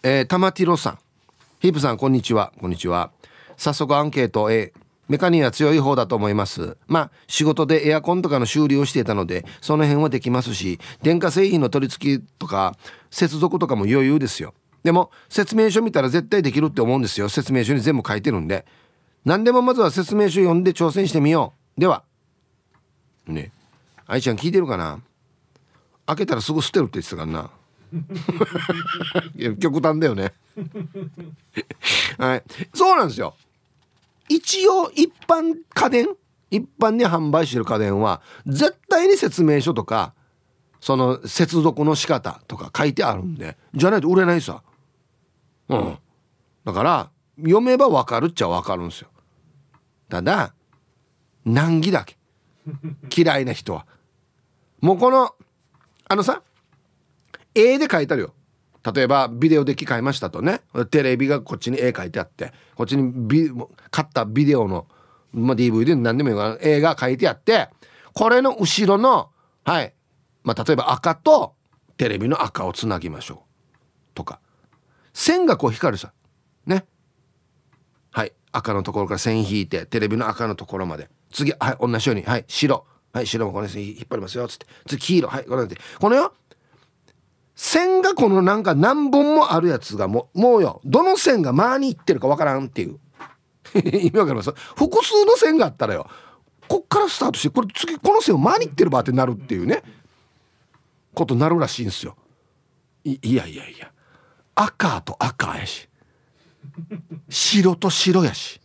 玉ティロさん、ヒープさんこんにちは。こんにちは。早速アンケート A。メカニは強い方だと思います。まあ仕事でエアコンとかの修理をしていたのでその辺はできますし、電化製品の取り付けとか接続とかも余裕ですよ。でも説明書見たら絶対できるって思うんですよ。説明書に全部書いてるんで。何でもまずは説明書読んで挑戦してみよう。ではね、愛ちゃん聞いてるかな。開けたらすぐ捨てるって言ってたからな。いや極端だよね。はい、そうなんですよ。一応一般に販売してる家電は絶対に説明書とかその接続の仕方とか書いてあるんで、じゃないと売れないさ。だから読めば分かるっちゃ分かるんですよ。ただ難儀だけ嫌いな人はもうこのさ、絵で書いてあるよ。例えばビデオデッキ買いましたとね、テレビがこっちに絵描いてあって、こっちに買ったビデオの、DVD 何でもいいから絵が描いてあって、これの後ろのはい、例えば赤とテレビの赤をつなぎましょうとか、線がこう光るさね。はい、赤のところから線引いてテレビの赤のところまで、次はい同じように、はい白、はい白もこれ引っ張りますよつって、次黄色、はいこれでこのよ線がこのなんか何本もあるやつがもうよ、どの線が前に行ってるかわからんっていう意味わかります。複数の線があったらよ、こっからスタートしてこれ次この線を前に行ってるばってなるっていうねことになるらしいんですよ。いや赤と赤やし白と白やし、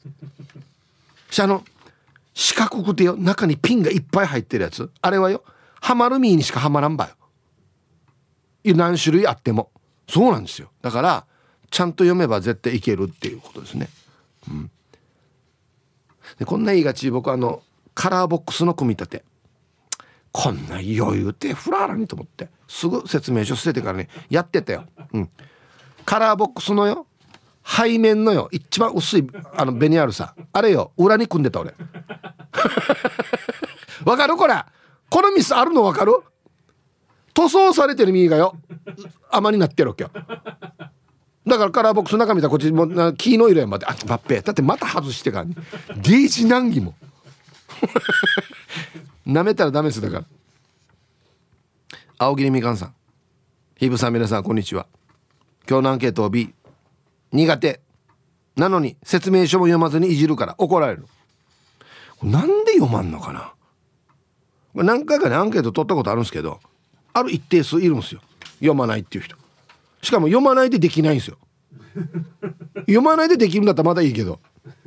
四角くてよ中にピンがいっぱい入ってるやつ、あれはよハマるミーにしかハマらんばよ。何種類あってもそうなんですよ。だからちゃんと読めば絶対いけるっていうことですね。でこんな言いがち、僕カラーボックスの組み立てこんな余裕ってフラーラにと思ってすぐ説明書捨ててからねやってたよ。カラーボックスのよ背面のよ一番薄いベニヤールさ、あれよ裏に組んでた俺。わかるこのミスあるのわかる。塗装されてる右がよ甘になってるわけよ。だからカラーボックスの中見たらこっちも黄の色やまで、あっばっぺだってまた外してからデージ難儀も舐めたらダメです。だから青桐みかんさん、ヒブさん皆さんこんにちは。今日のアンケートを B。 苦手なのに説明書も読まずにいじるから怒られる。なんで読まんのかな。何回かねアンケート取ったことあるんですけど、ある一定数いるんですよ読まないっていう人。しかも読まないでできないんですよ。読まないでできるんだったらまだいいけど。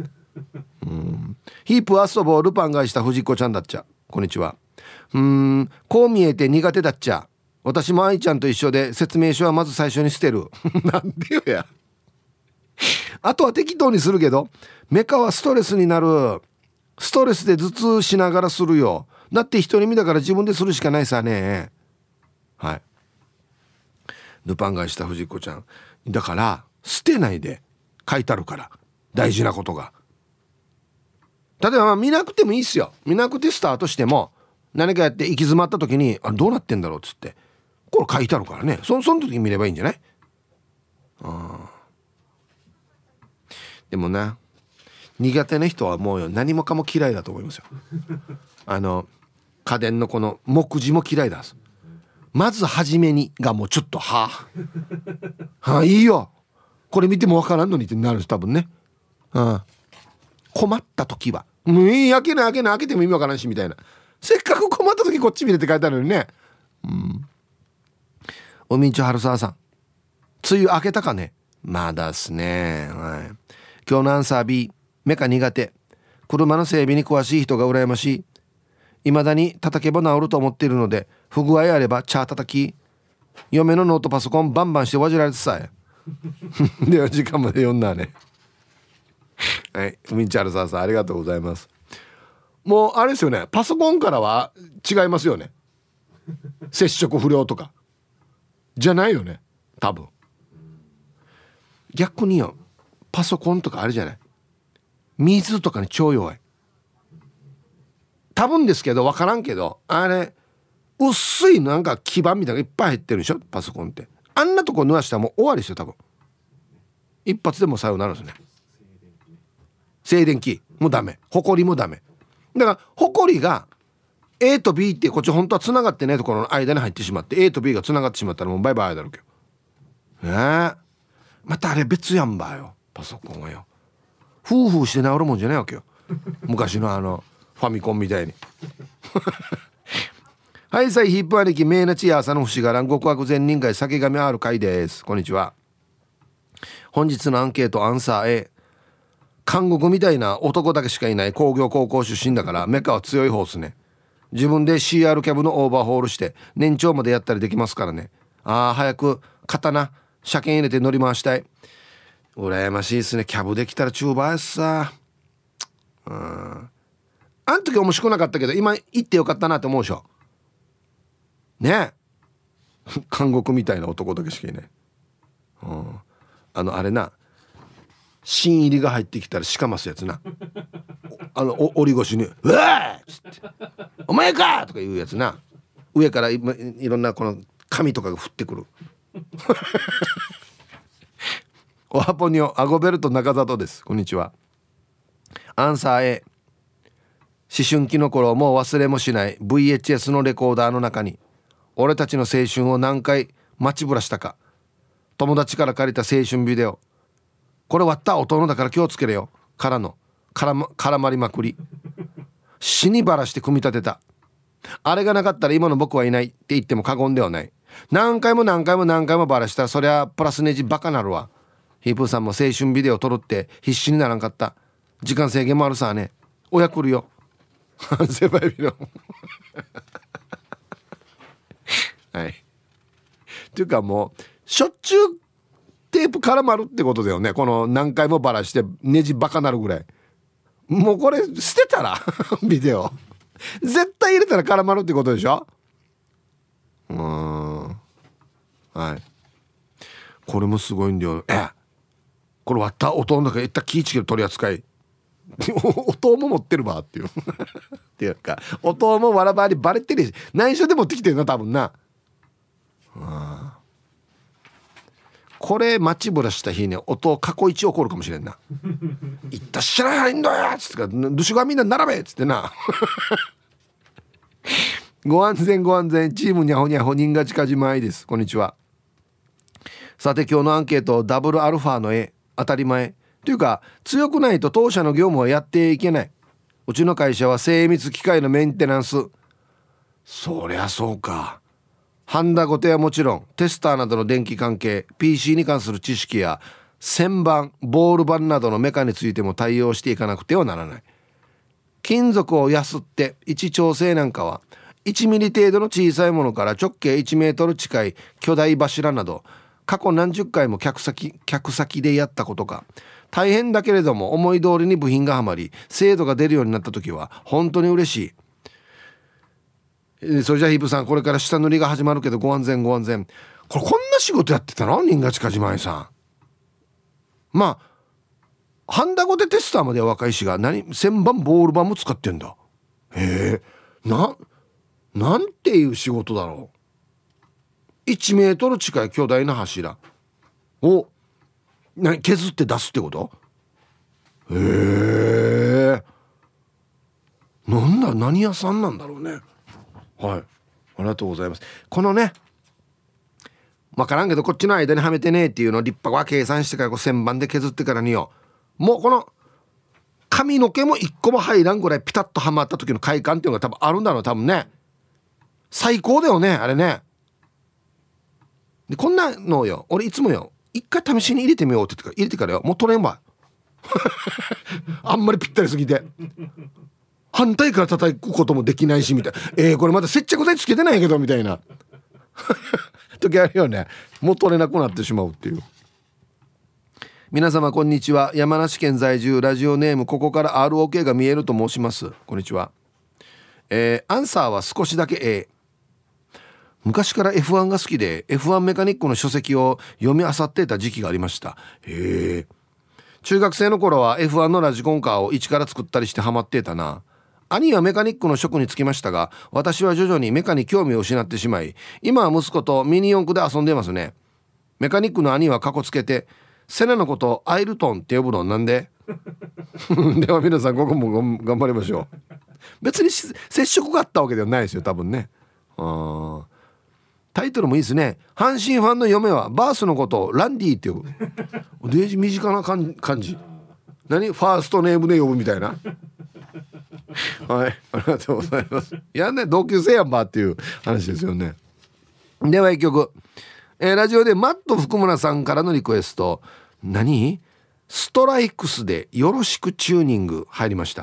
ヒープ遊ぼうルパンがした藤子ちゃんだっちゃ。こんにちは。こう見えて苦手だっちゃ。私も愛ちゃんと一緒で説明書はまず最初に捨てる。なんでよや。あとは適当にするけどメカはストレスになる。ストレスで頭痛しながらするよ。だって一人身だから自分でするしかないさね。はい、ルパンがした藤子ちゃんだから捨てないで書いてあるから大事なことが。例えば見なくてもいいっすよ。見なくてスタートしても何かやって行き詰まった時にどうなってんだろうっつってこれ書いてあるからね、その時に見ればいいんじゃない。でもな苦手な人はもう何もかも嫌いだと思いますよ。家電のこの目次も嫌いだ。まず初めにがもうちょっといいよこれ見てもわからんのにってなるんです多分ね。困った時はもういい開けても意味わからんしみたいな。せっかく困った時こっち見れって書いてあるのにね。おみんちょはるさわさん、梅雨明けたかね。まだっすね。今日のアンサー B。 メカ苦手。車の整備に詳しい人が羨ましい。未だに叩けば治ると思っているので不具合あればチャー叩き、嫁のノートパソコンバンバンしてわじられてさえ。では時間まで読んだね。はい、ミンチャールさんさんありがとうございます。もうあれですよね、パソコンからは違いますよね。接触不良とかじゃないよね多分。逆によパソコンとかあれじゃない、水とかに超弱い多分ですけど分からんけど、あれ薄いなんか基板みたいなのがいっぱい入ってるでしょパソコンって。あんなとこ濡らしたらもう終わりですよ多分。 一発でもさよならですね。静電気もダメ、ホコリもダメだから、ホコリが A と B ってこっち本当はつながってないところの間に入ってしまって A と B がつながってしまったらもうバイバイだろうけどね。またあれ別やんばよ、パソコンはよ。フーフーして治るもんじゃないわけよ昔のファミコンみたいにはいさい、ヒップ兄貴メイナチヤ朝の節柄極悪善人会酒神ある会です。こんにちは。本日のアンケートアンサー A。 韓国みたいな男だけしかいない工業高校出身だからメカは強い方っすね。自分で CR キャブのオーバーホールして年長までやったりできますからね。早く刀車検入れて乗り回したい。羨ましいですね。キャブできたらチューバーやっさ。あん時面白くなかったけど今行ってよかったなって思うでしょねえ韓国みたいな男だけしかいない。あれな、新入りが入ってきたらしかますやつな折り腰に「うわー!」っつって「お前か!」とか言うやつな。上からいろんなこの紙とかが降ってくるおはぽにょアゴベルト中里です。こんにちは。アンサー A。 思春期の頃もう忘れもしない VHS のレコーダーの中に俺たちの青春を何回待ちぶらしたか。友達から借りた青春ビデオ、これ割った音のだから気をつけれよからの絡まりまくり、死にばらして組み立てた。あれがなかったら今の僕はいないって言っても過言ではない。何回も何回も何回もばらしたらそりゃプラスネジバカなるわ。ヒープーさんも青春ビデオ撮るって必死にならんかった。時間制限もあるさね。親来るよセバイビのはいっていうかもうしょっちゅうテープ絡まるってことだよね。この何回もバラしてネジバカなるぐらい。もうこれ捨てたらビデオ絶対入れたら絡まるってことでしょ。はい、これもすごいんだよ。これ割った音の中いった気ぃちける取り扱い音も持ってるわっていうっていうか音もわらばにバレてるし内緒で持ってきてるな多分な。これ待ちぶらした日ね音過去一起こるかもしれんないったっしゃないんだよっつってかどしがみんな並べっつってなご安全ご安全。チームにゃほにゃほ人が近じまいです。こんにちは。さて今日のアンケートダブルアルファの A。 当たり前というか強くないと当社の業務はやっていけない。うちの会社は精密機械のメンテナンス。そりゃそうか。ハンダゴテはもちろんテスターなどの電気関係 PC に関する知識や旋盤ボール板などのメカについても対応していかなくてはならない。金属をやすって位置調整なんかは1ミリ程度の小さいものから直径1メートル近い巨大柱など過去何十回も客先でやったことか。大変だけれども思い通りに部品がはまり精度が出るようになった時は本当に嬉しい。それじゃあヒープさんこれから下塗りが始まるけどご安全ご安全。これこんな仕事やってたの新賀近島井さん。まあハンダゴテテスターまでは若いしが旋盤ボール板も使ってんだ。へえなんていう仕事だろう。1メートル近い巨大な柱を削って出すってこと。へえ何屋さんなんだろうね。はい、ありがとうございます。このね分からんけどこっちの間にはめてねっていうのを立派は計算してからこう旋盤で削ってからによもうこの髪の毛も一個も入らんぐらいピタッとはまった時の快感っていうのが多分あるんだろう多分ね。最高だよねあれね。でこんなのよ俺いつもよ一回試しに入れてみようって言って入れてからよもう取れんわあんまりぴったりすぎて反対から叩くこともできないしみたいなこれまだ接着剤つけてないけどみたいな時あるよね。もう取れなくなってしまうっていう。皆様こんにちは。山梨県在住ラジオネームここから ROK が見えると申します。こんにちは。アンサーは少しだけ A。昔から F1 が好きで F1 メカニックの書籍を読み漁っていた時期がありました。中学生の頃は F1 のラジコンカーを一から作ったりしてハマっていたな。兄はメカニックの職に就きましたが私は徐々にメカに興味を失ってしまい今は息子とミニ四駆で遊んでいますね。メカニックの兄はカコつけてセナのことをアイルトンって呼ぶのなんででは皆さんここも頑張りましょう。別に接触があったわけではないですよ多分ね。タイトルもいいですね。阪神ファンの嫁はバースのことをランディって呼ぶ。デージ身近な感じ。何ファーストネームで呼ぶみたいなはい、ありがとうございます。いやね、同級生やんばっていう話ですよね。では一曲、ラジオでマット福村さんからのリクエスト、何ストライクスでよろしくチューニング入りました。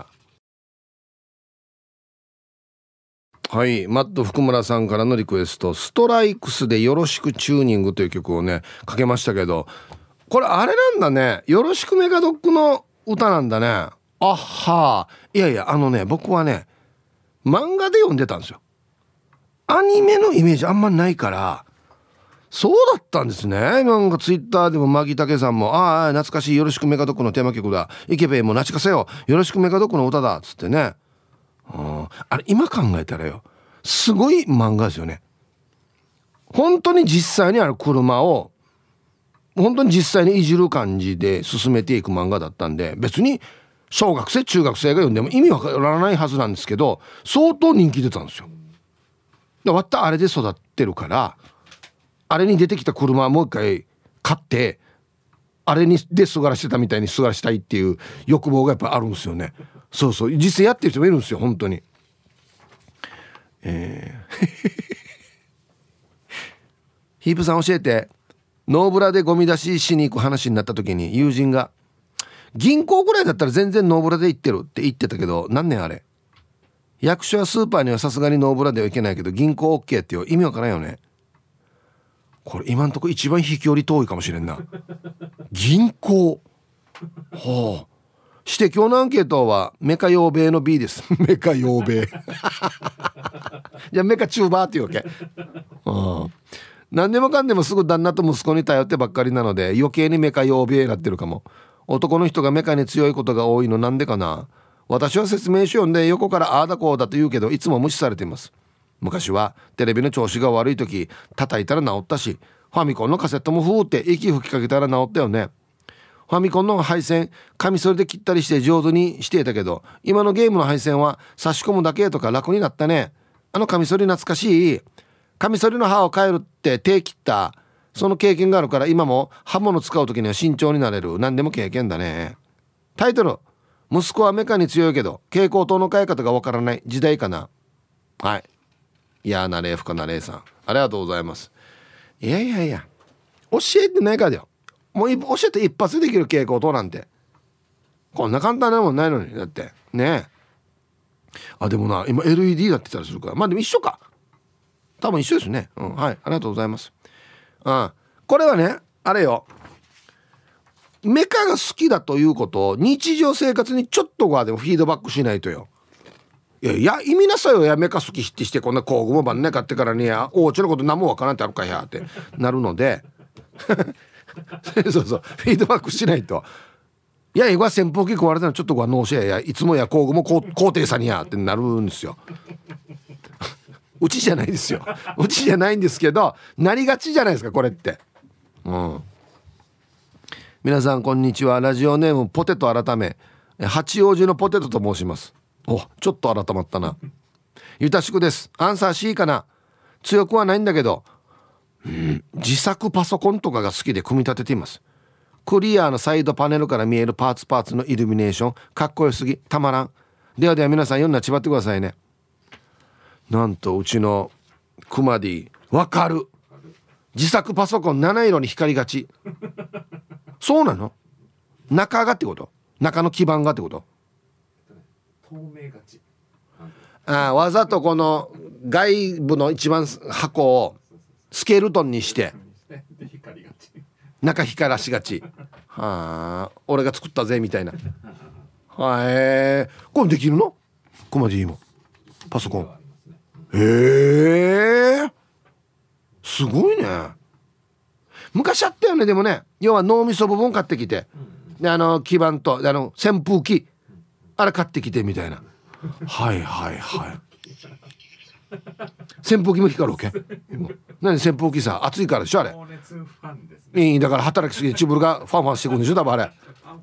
はい、マット福村さんからのリクエスト、ストライクスでよろしくチューニングという曲をねかけましたけど、これあれなんだね、よろしくメガドックの歌なんだね。あっはー。いやいや、僕はね漫画で読んでたんですよ。アニメのイメージあんまないから。そうだったんですね。なんかツイッターでもマギタケさんもああ懐かしいよろしくメガドックのテーマ曲だ、イケベもなちかせよよろしくメガドックの歌だっつってね。あれ今考えたらよすごい漫画ですよね。本当に実際にある車を本当に実際にいじる感じで進めていく漫画だったんで、別に小学生中学生が読んでも意味わからないはずなんですけど相当人気出たんですよ。でわったあれで育ってるから、あれに出てきた車もう一回買ってあれにですがらしてたみたいにすがらしたいっていう欲望がやっぱあるんですよね。そうそう、実際やってる人もいるんですよ本当に。ヒープさん教えて。ノーブラでゴミ出ししに行く話になった時に友人が銀行ぐらいだったら全然ノーブラで行ってるって言ってたけど、何年あれ。役所やスーパーにはさすがにノーブラではいけないけど銀行 OK っていう意味わからんよね。これ今んとこ一番飛距離遠いかもしれんな銀行。はあ。して今日のアンケートはメカ陽米の B ですメカ陽米じゃあメカチューバーっていうわけ。何でもかんでもすぐ旦那と息子に頼ってばっかりなので余計にメカ陽米になってるかも。男の人がメカに強いことが多いのなんでかな。私は説明書読んで横からああだこうだと言うけどいつも無視されています。昔はテレビの調子が悪い時叩いたら治ったし、ファミコンのカセットもふーって息吹きかけたら治ったよね。ファミコンの配線カミソリで切ったりして上手にしていたけど、今のゲームの配線は差し込むだけとか楽になったね。あのカミソリ懐かしい。カミソリの刃を変えるって手切ったその経験があるから今も刃物使う時には慎重になれる。何でも経験だね。タイトル、息子はメカに強いけど蛍光灯の変え方がわからない時代かな。はい、いやなれふかなれさんありがとうございます。いや教えてないからだよ。もう教えて一発でできる蛍光灯なんてこんな簡単なもんないのに。だってねえ。あでもな今 LED だってたりするから、まあでも一緒か、多分一緒ですね。はい、ありがとうございます。これはねあれよ、メカが好きだということを日常生活にちょっとはでもフィードバックしないとよ。いや意味なさよや、メカ好きってしてこんな工具もばんね買ってからにやおうちのこと何もわからんってあるかやってなるのでそうフィードバックしないと。いや扇風機壊れたのちょっとは納車やいつもや工具も高低差にやってなるんですようちじゃないですよ、うちじゃないんですけどなりがちじゃないですかこれって。皆さんこんにちは。ラジオネームポテト改め八王子のポテトと申します。ちょっと改まったな。ゆたしくです。アンサー C かな。強くはないんだけど、自作パソコンとかが好きで組み立てています。クリアのサイドパネルから見えるパーツのイルミネーションかっこよすぎたまらん。では皆さん読んだちばってくださいね。なんとうちのクマディわかる。自作パソコン7色に光りがち。そうなの。中がってこと、中の基板がってこと。 透明がち。 わざとこの外部の一番箱をスケルトンにして中光らしがち。はあ、俺が作ったぜみたいな。これできるの？コマディもパソコン。すごいね。昔あったよね。でもね、要は脳みそ部分買ってきて、で基板と扇風機あれ買ってきてみたいな。はい扇風機も光るわけ。何扇風機さ、暑いからでしょあれ。いいだから働きすぎてチブルがファンファンしてくるんでしょ多分あれ。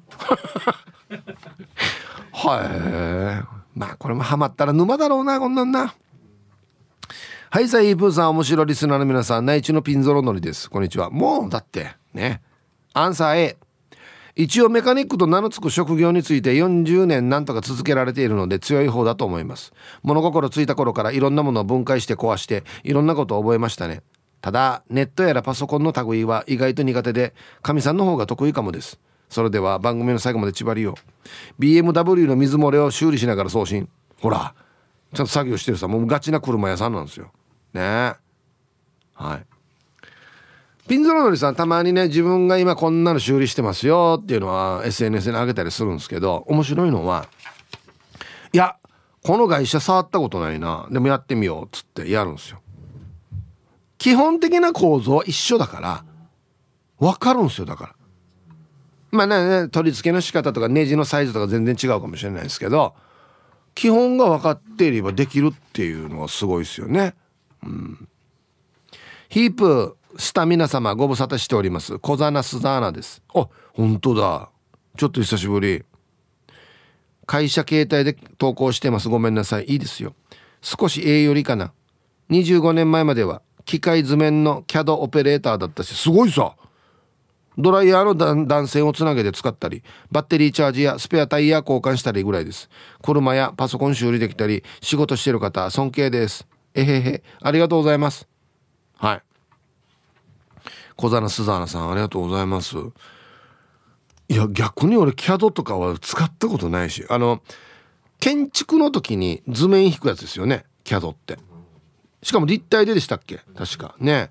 はい。まあこれもハマったら沼だろうなこんなんな。はい、さあイープーさん、面白いリスナーの皆さん、内地のピンゾロのりです。こんにちは。もうだってね。アンサー A。一応メカニックと名の付く職業について40年なんとか続けられているので強い方だと思います。物心ついた頃からいろんなものを分解して壊していろんなことを覚えましたね。ただネットやらパソコンの類は意外と苦手で、神さんの方が得意かもです。それでは番組の最後まで縛りを。 BMW の水漏れを修理しながら送信。ほらちゃんと作業してるさ、もうガチな車屋さんなんですよね。はい。ピンゾロのりさん、たまにね自分が今こんなの修理してますよっていうのは SNS に上げたりするんですけど、面白いのはいやこの会社触ったことないな、でもやってみようっつってやるんですよ。基本的な構造は一緒だから分かるんですよ。だからまあね取り付けの仕方とかネジのサイズとか全然違うかもしれないですけど、基本が分かっていればできるっていうのはすごいですよね。ヒープ下皆様ご無沙汰しております。小ザナスザーナです。あ、本当だ。ちょっと久しぶり。会社携帯で投稿してます。ごめんなさい。いいですよ。少し A よりかな。25年前までは機械図面の CAD オペレーターだったし、すごいさ。ドライヤーの断線をつなげて使ったり、バッテリーチャージやスペアタイヤ交換したりぐらいです。車やパソコン修理できたり仕事してる方尊敬です。えへへ、ありがとうございます。はい、小ザナスザーナさんありがとうございます。いや逆に俺 CAD とかは使ったことないし、建築の時に図面引くやつですよね CAD って。しかも立体でしたっけ確かね。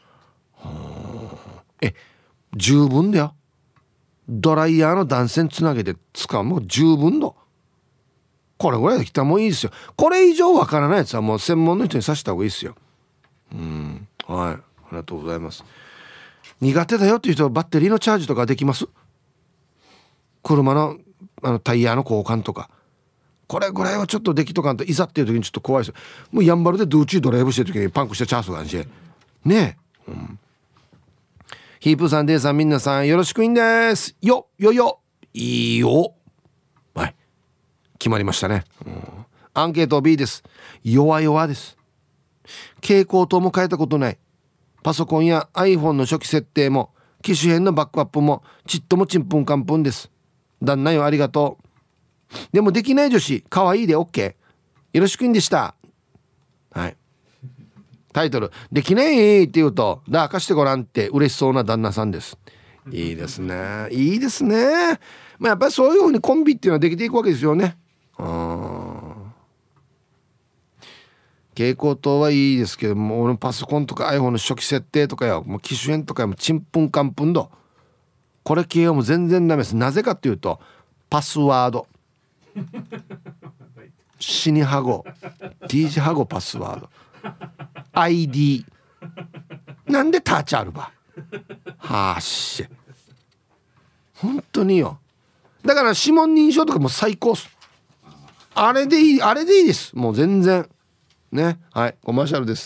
十分だよ。ドライヤーの断線つなげて使うもう十分だ。これぐらいできたらもういいですよ。これ以上わからないやつはもう専門の人にさせた方がいいですよ。はい、ありがとうございます。苦手だよっていう人はバッテリーのチャージとかできます？車のタイヤの交換とか、これぐらいはちょっとできとかんといざっていう時にちょっと怖いですよ。もうやんばるでドゥーチードライブしてる時にパンクしたチャンスがあるしねえ。ヒープさんデイさんみんなさんよろしくいんです。よいいよ。はい、決まりましたね。アンケート B です。弱です。蛍光灯も変えたことない。パソコンや iPhone の初期設定も機種変のバックアップもちっともちんぷんかんぷんです。旦那よありがとう。でもできない女子かわいいで OK。 よろしくんでした。はい、タイトルできないって言うとだ貸してごらんって嬉しそうな旦那さんです。いいですね、いいですね。まあやっぱりそういう風にコンビっていうのはできていくわけですよね。蛍光灯はいいですけども、俺のパソコンとか iPhone の初期設定とかよ、もう機種変とかもちんぷんかんぷんど。これ系はもう全然ダメです。なぜかっていうとパスワード死にハゴ DJ ハゴパスワードID なんでタッチあるばはーし本当によ。だから指紋認証とかも最高っす。あれでいいです。もう全然ね。はい、コマーシャルです。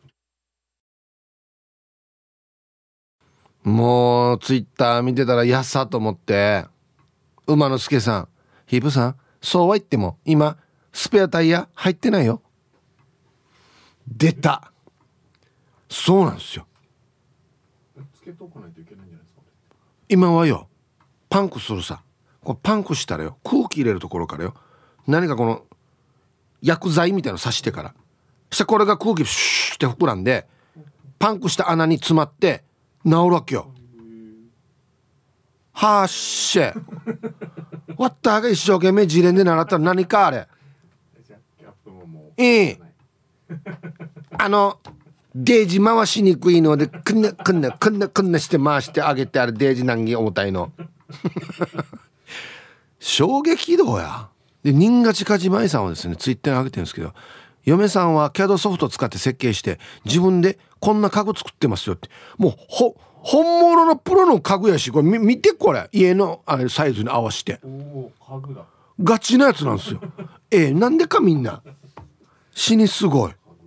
もうツイッター見てたらやっさと思って、馬之助さん、ヒープさん、そうは言っても今スペアタイヤ入ってないよ。出た。そうなんですよ。 つけとかないといけないんじゃないですか。 今はよパンクするさ。これパンクしたらよ、空気入れるところからよ、何かこの薬剤みたいなの刺してからしたらこれが空気シューって膨らんでパンクした穴に詰まって治るわけよ。はっしゃわったが一生懸命自連で習ったら何かあれデージ回しにくいのでくんなして回してあげて、あれデージ難儀重たいの衝撃動や。で新勝梶舞さんはですねツイッターに上げてるんですけど、嫁さんは CAD ソフト使って設計して自分でこんな家具作ってますよって。もう本物のプロの家具やし、これ見てこれ家のサイズに合わせて家具だ。 ガチなやつなんですよ。なんでかみんな死にすごい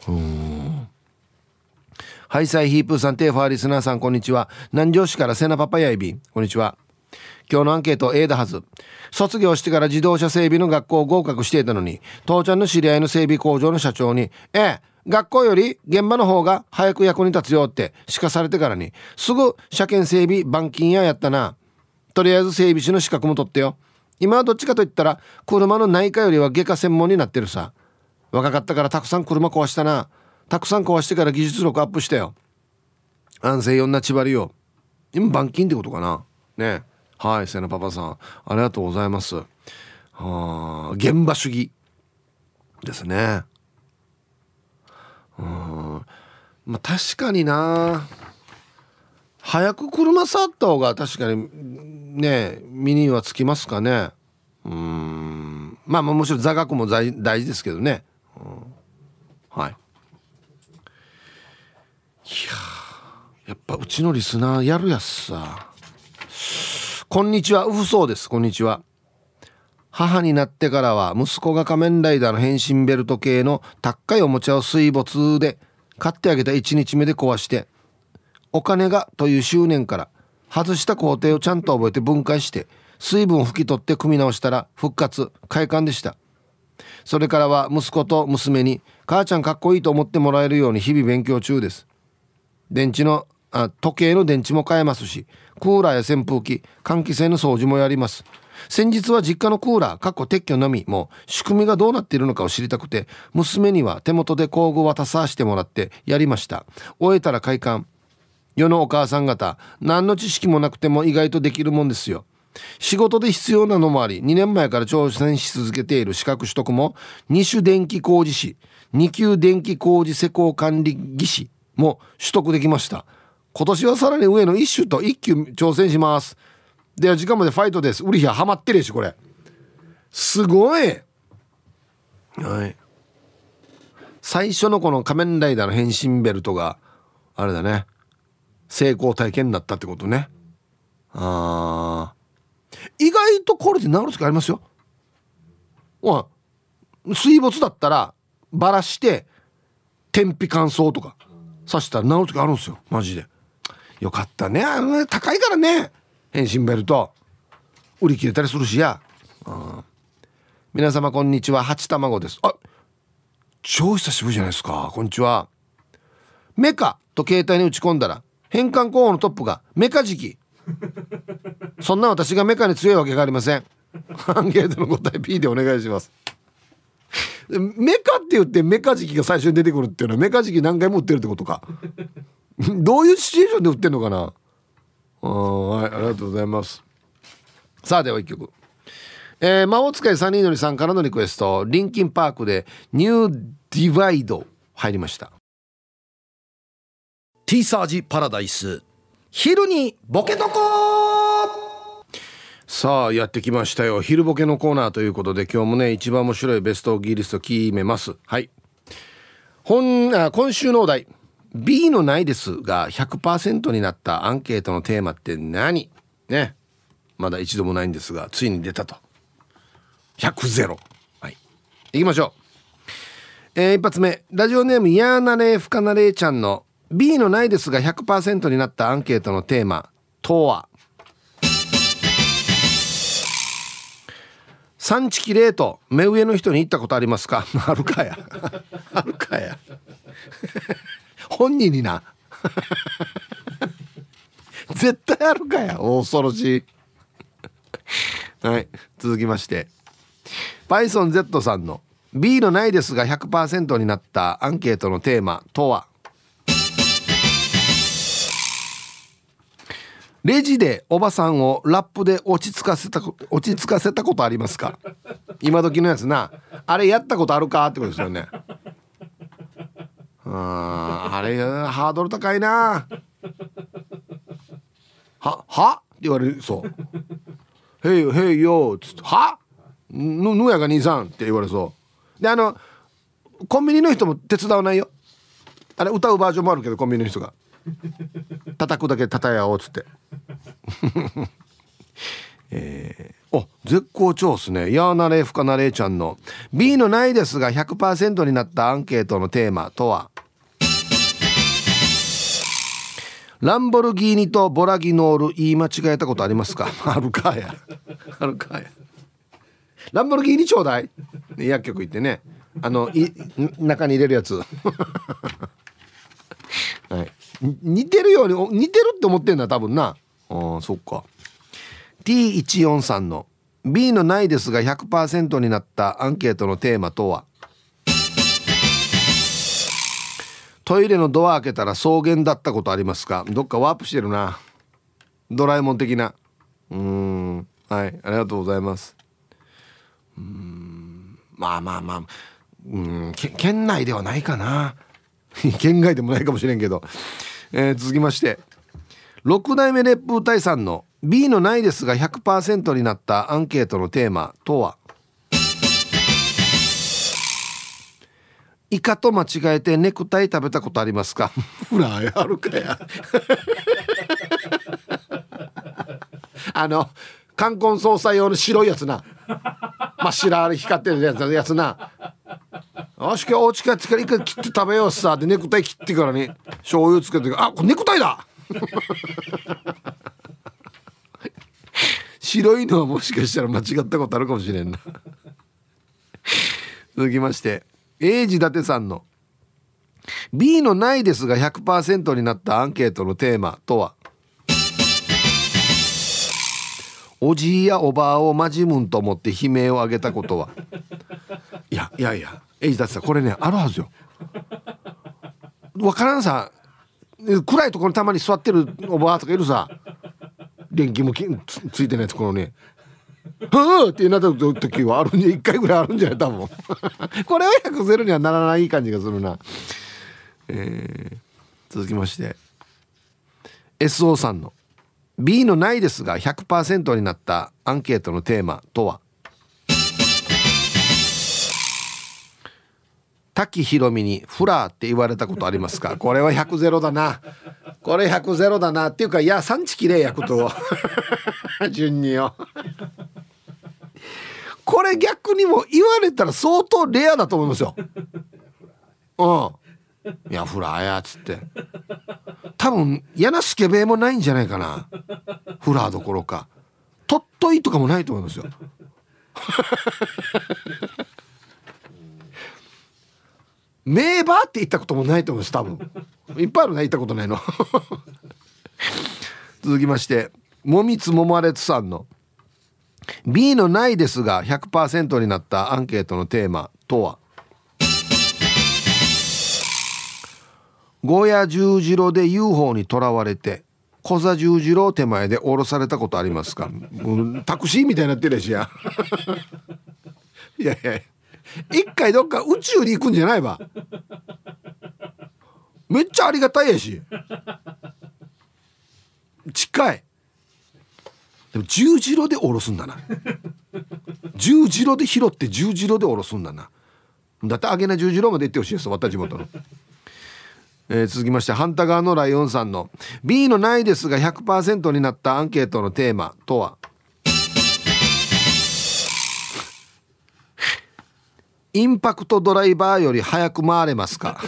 ハイサイヒープーさん、テーファーリスナーさん、こんにちは。南城市からセナパパヤイビン、こんにちは。今日のアンケート A だはず。卒業してから自動車整備の学校を合格していたのに、父ちゃんの知り合いの整備工場の社長に学校より現場の方が早く役に立つよって叱されてからに、すぐ車検整備板金屋やったな。とりあえず整備士の資格も取ってよ。今はどっちかといったら車の内科よりは外科専門になってるさ。若かったからたくさん車壊したな。たくさん壊してから技術力アップしたよ。安静よんなちばりよ。今板金ってことかなね。はい、セナパパさんありがとうございます。現場主義ですね。まあ確かにな、早く車触った方が確かにね身にはつきますかね。まあもちろん座学も大事ですけどね。はい。いややっぱうちのリスナーやるやつさ。こんにちは、ウフソウです。こんにちは。母になってからは息子が仮面ライダーの変身ベルト系の高いおもちゃを水没で買ってあげた1日目で壊して、お金がという執念から外した工程をちゃんと覚えて分解して水分を拭き取って組み直したら復活快感でした。それからは息子と娘に母ちゃんかっこいいと思ってもらえるように日々勉強中です。時計の電池も変えますし、クーラーや扇風機、換気扇の掃除もやります。先日は実家のクーラー撤去のみも仕組みがどうなっているのかを知りたくて、娘には手元で工具を渡させてもらってやりました。終えたら快感。世のお母さん方、何の知識もなくても意外とできるもんですよ。仕事で必要なのもあり、2年前から挑戦し続けている資格取得も2種電気工事士、2級電気工事施工管理技師も取得できました。今年はさらに上の1種と1級挑戦します。では時間までファイトです。ウリヒャハマってるし、これすごい。はい、最初のこの仮面ライダーの変身ベルトがあれだね、成功体験になったってことね。意外とこれで治る時ありますよ。水没だったらバラして天日乾燥とかさしたら治る時あるんですよ、マジで。よかったね。高いからね、変身ベルト売り切れたりするしや。皆様こんにちは、八卵です。超久しぶりじゃないですか。こんにちは。メカと携帯に打ち込んだら変換候補のトップがメカ時期。そんな私がメカに強いわけがありません。アンケートの答え P でお願いします。メカって言ってメカ時期が最初に出てくるっていうのはメカ時期何回も売ってるってことか。どういうシチュエーションで売ってんのかな。はい、ありがとうございます。さあでは一曲、魔法使いサニーのりさんからのリクエスト、リンキンパークでニューディバイド入りました。 ティーサージパラダイス、昼にボケとこ。 さあやってきましたよ、昼ボケのコーナーということで、今日もね一番面白いベストギリスト決めます。はい、今週のお題 B のないですが 100% になったアンケートのテーマって何ね。まだ一度もないんですがついに出たと。100。はい、行きましょう。一発目、ラジオネームやーなれふかなれちゃんの B のないですが 100% になったアンケートのテーマとは、産地キレート目上の人に言ったことありますか？あるかやあるかや本人にな絶対あるかや、恐ろしいはい、続きましてパイソン Z さんの B のないですが 100% になったアンケートのテーマとは、レジでおばさんをラップで落ち着かせたことありますか？今時のやつな、あれやったことあるかってことですよね。あれハードル高いな。はって言われる。そうへいへいよっつって、はぬやが兄さんって言われそう。でコンビニの人も手伝わないよ。あれ歌うバージョンもあるけど、コンビニの人が叩くだけ叩やおうっつって絶好調っすね。やーなれふかなれちゃんの B のないですが 100% になったアンケートのテーマとは、ランボルギーニとボラギノール言い間違えたことありますか？あるかやあるかや。ランボルギーニちょうだい。薬局行ってね、中に入れるやつはい、似てるように似てるって思ってんだ多分な。ああそっか。 T143 の B のないですが 100% になったアンケートのテーマとは、トイレのドア開けたら草原だったことありますか？どっかワープしてるな、ドラえもん的な。はい、ありがとうございます。まあ県内ではないかな県外でもないかもしれんけど、続きまして、6代目烈風隊さんの B のないですが 100% になったアンケートのテーマとは、イカと間違えてネクタイ食べたことありますか？ほらあるかや冠婚葬祭用の白いやつな、真っ白あれ光ってるやつな。よし今日お家帰ってからイカ切って食べようさでネクタイ切ってからに醤油つけて、あこれネクタイだ白いのはもしかしたら間違ったことあるかもしれんな続きまして、英治伊達さんの B のないですが 100% になったアンケートのテーマとは、おじいやおばあをマジムンと思って悲鳴を上げたことは。いや英治伊達さんこれねあるはずよ。わからんさ、暗いところにたまに座ってるおばあとかいるさ、電気も ついてないところにはぁってなった時はあるんじゃ1回ぐらいあるんじゃない多分これは100にはならない感じがするな。続きまして SO さんの B のないですが 100% になったアンケートのテーマとは、滝ひろみにフラーって言われたことありますか？これは100だな、これ100だなっていうか、いや産地きれいやこと順によこれ逆にも言われたら相当レアだと思いますよ。いやフラーやっつって多分やなスケベもないんじゃないかな。フラーどころかとっといとかもないと思いますよ名場って言ったこともないと思います多分。いっぱいあるね言ったことないの続きまして、もみつもまれつさんの B のないですが 100% になったアンケートのテーマとは、ゴーヤ十字路で UFO にとらわれて小座十字路手前で降ろされたことありますか？タクシーみたいになってるしやいや一回どっか宇宙に行くんじゃないば。めっちゃありがたいやし近い。でも十字路で降ろすんだな十字路で拾って十字路で降ろすんだな。だってあげな十字路まで行ってほしいです、私地元の。続きまして、ハンタ側のライオンさんの B のないですが 100% になったアンケートのテーマとは、インパクトドライバーより早く回れますか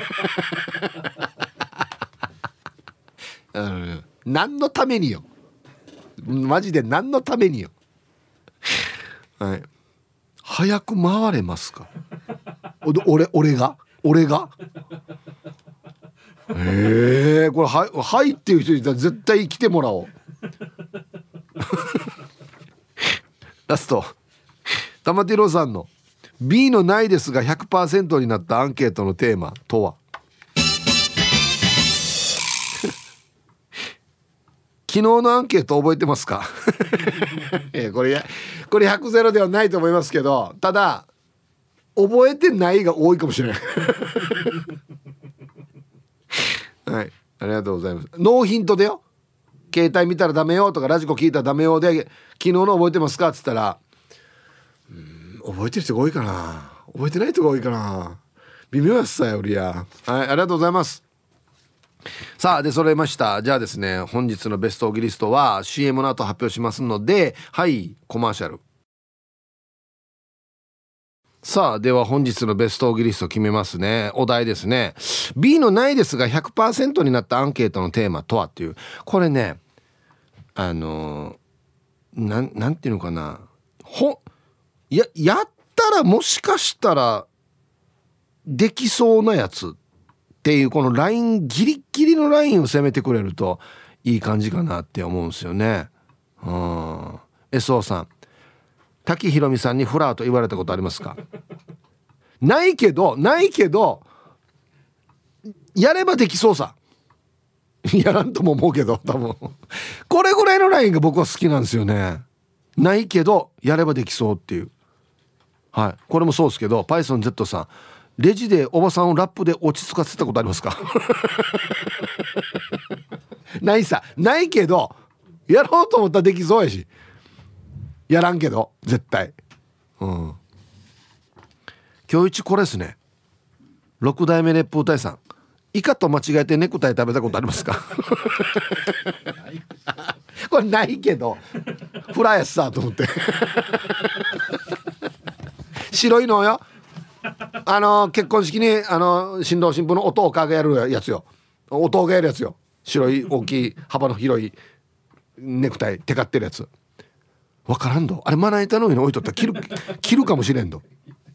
何のためによ、マジで何のためによ。はい、早く回れますか。俺がこれはいっていう人いたら絶対来てもらおうラスト、玉ティロさんの B のないですが 100% になったアンケートのテーマとは、昨日のアンケート覚えてますかこれ100ではないと思いますけど、ただ覚えてないが多いかもしれないはい、ありがとうございます。ノーヒントでよ、携帯見たらダメよとかラジコ聞いたらダメよで、昨日の覚えてますかっつったら、覚えてる人が多いかな、覚えてない人が多いかな、微妙やっさよりや。はい、ありがとうございます。さあで揃えました。じゃあですね、本日のベストオギリストは CM の後発表しますので、はいコマーシャルさあでは本日のベストオギリスト決めますね。お題ですね。 B のないですが 100% になったアンケートのテーマとはっていう、これねなんていうのかな、やったらもしかしたらできそうなやつっていう、このラインギリギリのラインを攻めてくれるといい感じかなって思うんですよね。SO さん、滝ひろみさんにフラーと言われたことありますか？ないけどやればできそうさ。やらんとも思うけど、多分これぐらいのラインが僕は好きなんですよね。ないけどやればできそうっていう。はい、これもそうですけど、 PythonZ さん、レジでおばさんをラップで落ち着かせたことありますか？ないさ、ないけどやろうと思ったらできそうやし、やらんけど絶対。今日一これですね。6代目烈風隊さん、イカと間違えてネクタイ食べたことありますか？これないけどフライやさと思って白いのよ、結婚式に新郎新婦のお父がやるやつよ、お父がやるやつよ、白い大きい幅の広いネクタイテカってるやつ。わからんど、あれまな板の上に置いとったら切るかもしれんど。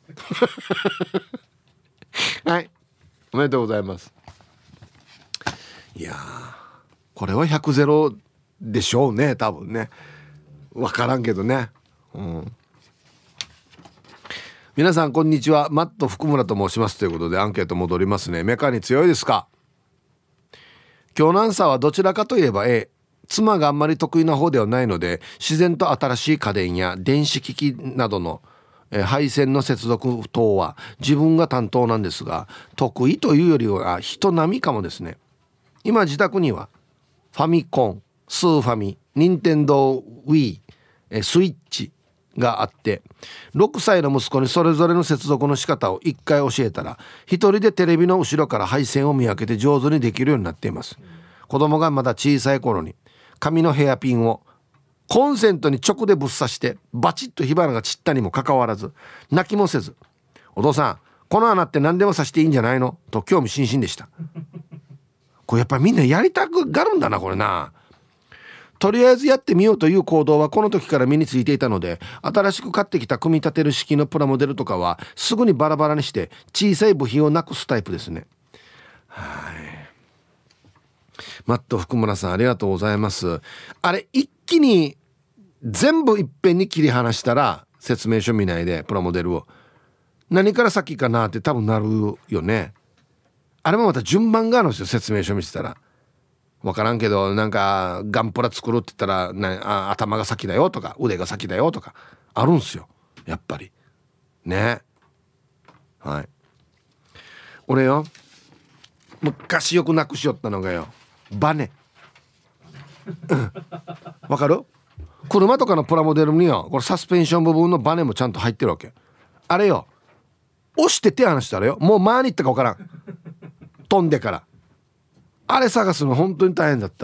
はい、おめでとうございます。いやこれは100ゼロでしょうね、多分ね。わからんけどね。皆さんこんにちは、マット福村と申しますということでアンケート戻りますね。メカに強いですか？今日のアンサーはどちらかといえば A。 妻があんまり得意な方ではないので、自然と新しい家電や電子機器などの配線の接続等は自分が担当なんですが、得意というよりは人並みかもですね。今自宅にはファミコン、スーファミ、ニンテンドー Wii、スイッチがあって、6歳の息子にそれぞれの接続の仕方を1回教えたら、一人でテレビの後ろから配線を見分けて上手にできるようになっています。子供がまだ小さい頃に紙のヘアピンをコンセントに直でぶっ刺してバチッと火花が散ったにもかかわらず、泣きもせず、お父さんこの穴って何でも刺していいんじゃないのと興味津々でした。これやっぱりみんなやりたくがるんだな、これな。とりあえずやってみようという行動はこの時から身についていたので、新しく買ってきた組み立てる式のプラモデルとかはすぐにバラバラにして小さい部品をなくすタイプですね。はい、マット福村さんありがとうございます。あれ一気に全部いっぺんに切り離したら、説明書見ないでプラモデルを何から先かなって多分なるよね。あれもまた順番があるんですよ、説明書見てたら。分からんけど、なんかガンプラ作るって言ったら頭が先だよとか腕が先だよとかあるんすよ、やっぱりね。はい、俺よ、昔よくなくしよったのがよ、バネ。わかる？車とかのプラモデルによ、これサスペンション部分のバネもちゃんと入ってるわけ。あれよ、押して手離したらよ、もう前に行ったか分からん。飛んでからあれ探すの本当に大変だった。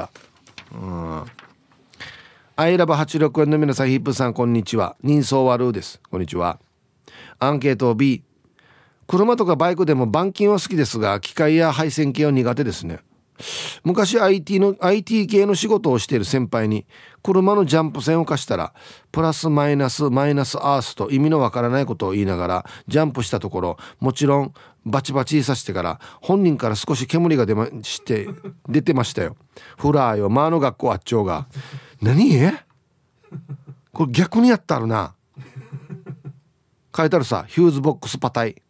アイラブ86円の皆さん、ヒップさんこんにちは、人相悪です。こんにちは。アンケート B。 車とかバイクでも板金は好きですが、機械や配線系は苦手ですね。昔 IT 系の仕事をしている先輩に車のジャンプ線を貸したら、プラスマイナスマイナスアースと意味のわからないことを言いながらジャンプしたところ、もちろんバチバチさしてから本人から少し煙が出てましたよ。フラーよ、マーの学校あっちょうが。何これ逆にやったるな。書いてあるさ、ヒューズボックスパタイ。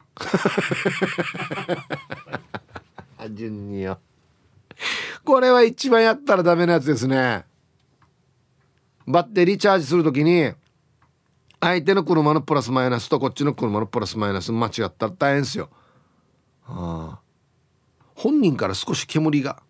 順によ、これは一番やったらダメなやつですね。バッテリーチャージするときに相手の車のプラスマイナスとこっちの車のプラスマイナス間違ったら大変ですよ。本人から少し煙が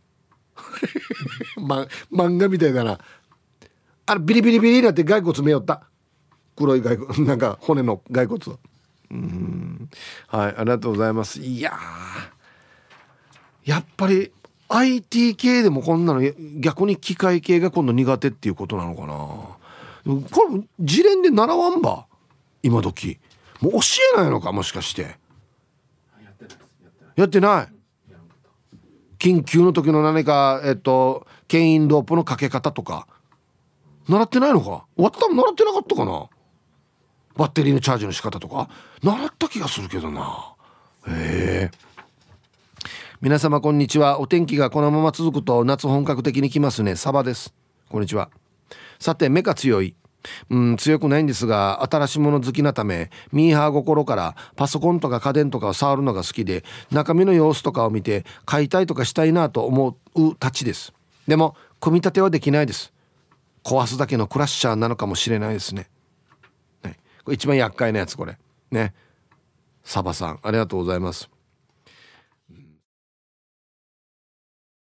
漫画みたいだな。あれビリビリビリになって骸骨目よった。黒い骸骨、なんか骨の骸骨。はい、ありがとうございます。いややっぱり IT 系でもこんなの、逆に機械系が今度苦手っていうことなのかな。これ自連で習わんば今時。 もう教えないのか、もしかして。やってない。緊急の時の何か牽引ロープのかけ方とか習ってないのか。終わったも習ってなかったかな。バッテリーのチャージの仕方とか習った気がするけどな。へえ。皆様こんにちは。お天気がこのまま続くと夏本格的に来ますね。サバです。こんにちは。さて、目が強い、強くないんですが、新しいもの好きなためミーハー心からパソコンとか家電とかを触るのが好きで、中身の様子とかを見て買いたいとかしたいなと思うたちです。でも組み立てはできないです。壊すだけのクラッシャーなのかもしれないですね。これ一番厄介なやつ、これね。サバさんありがとうございます。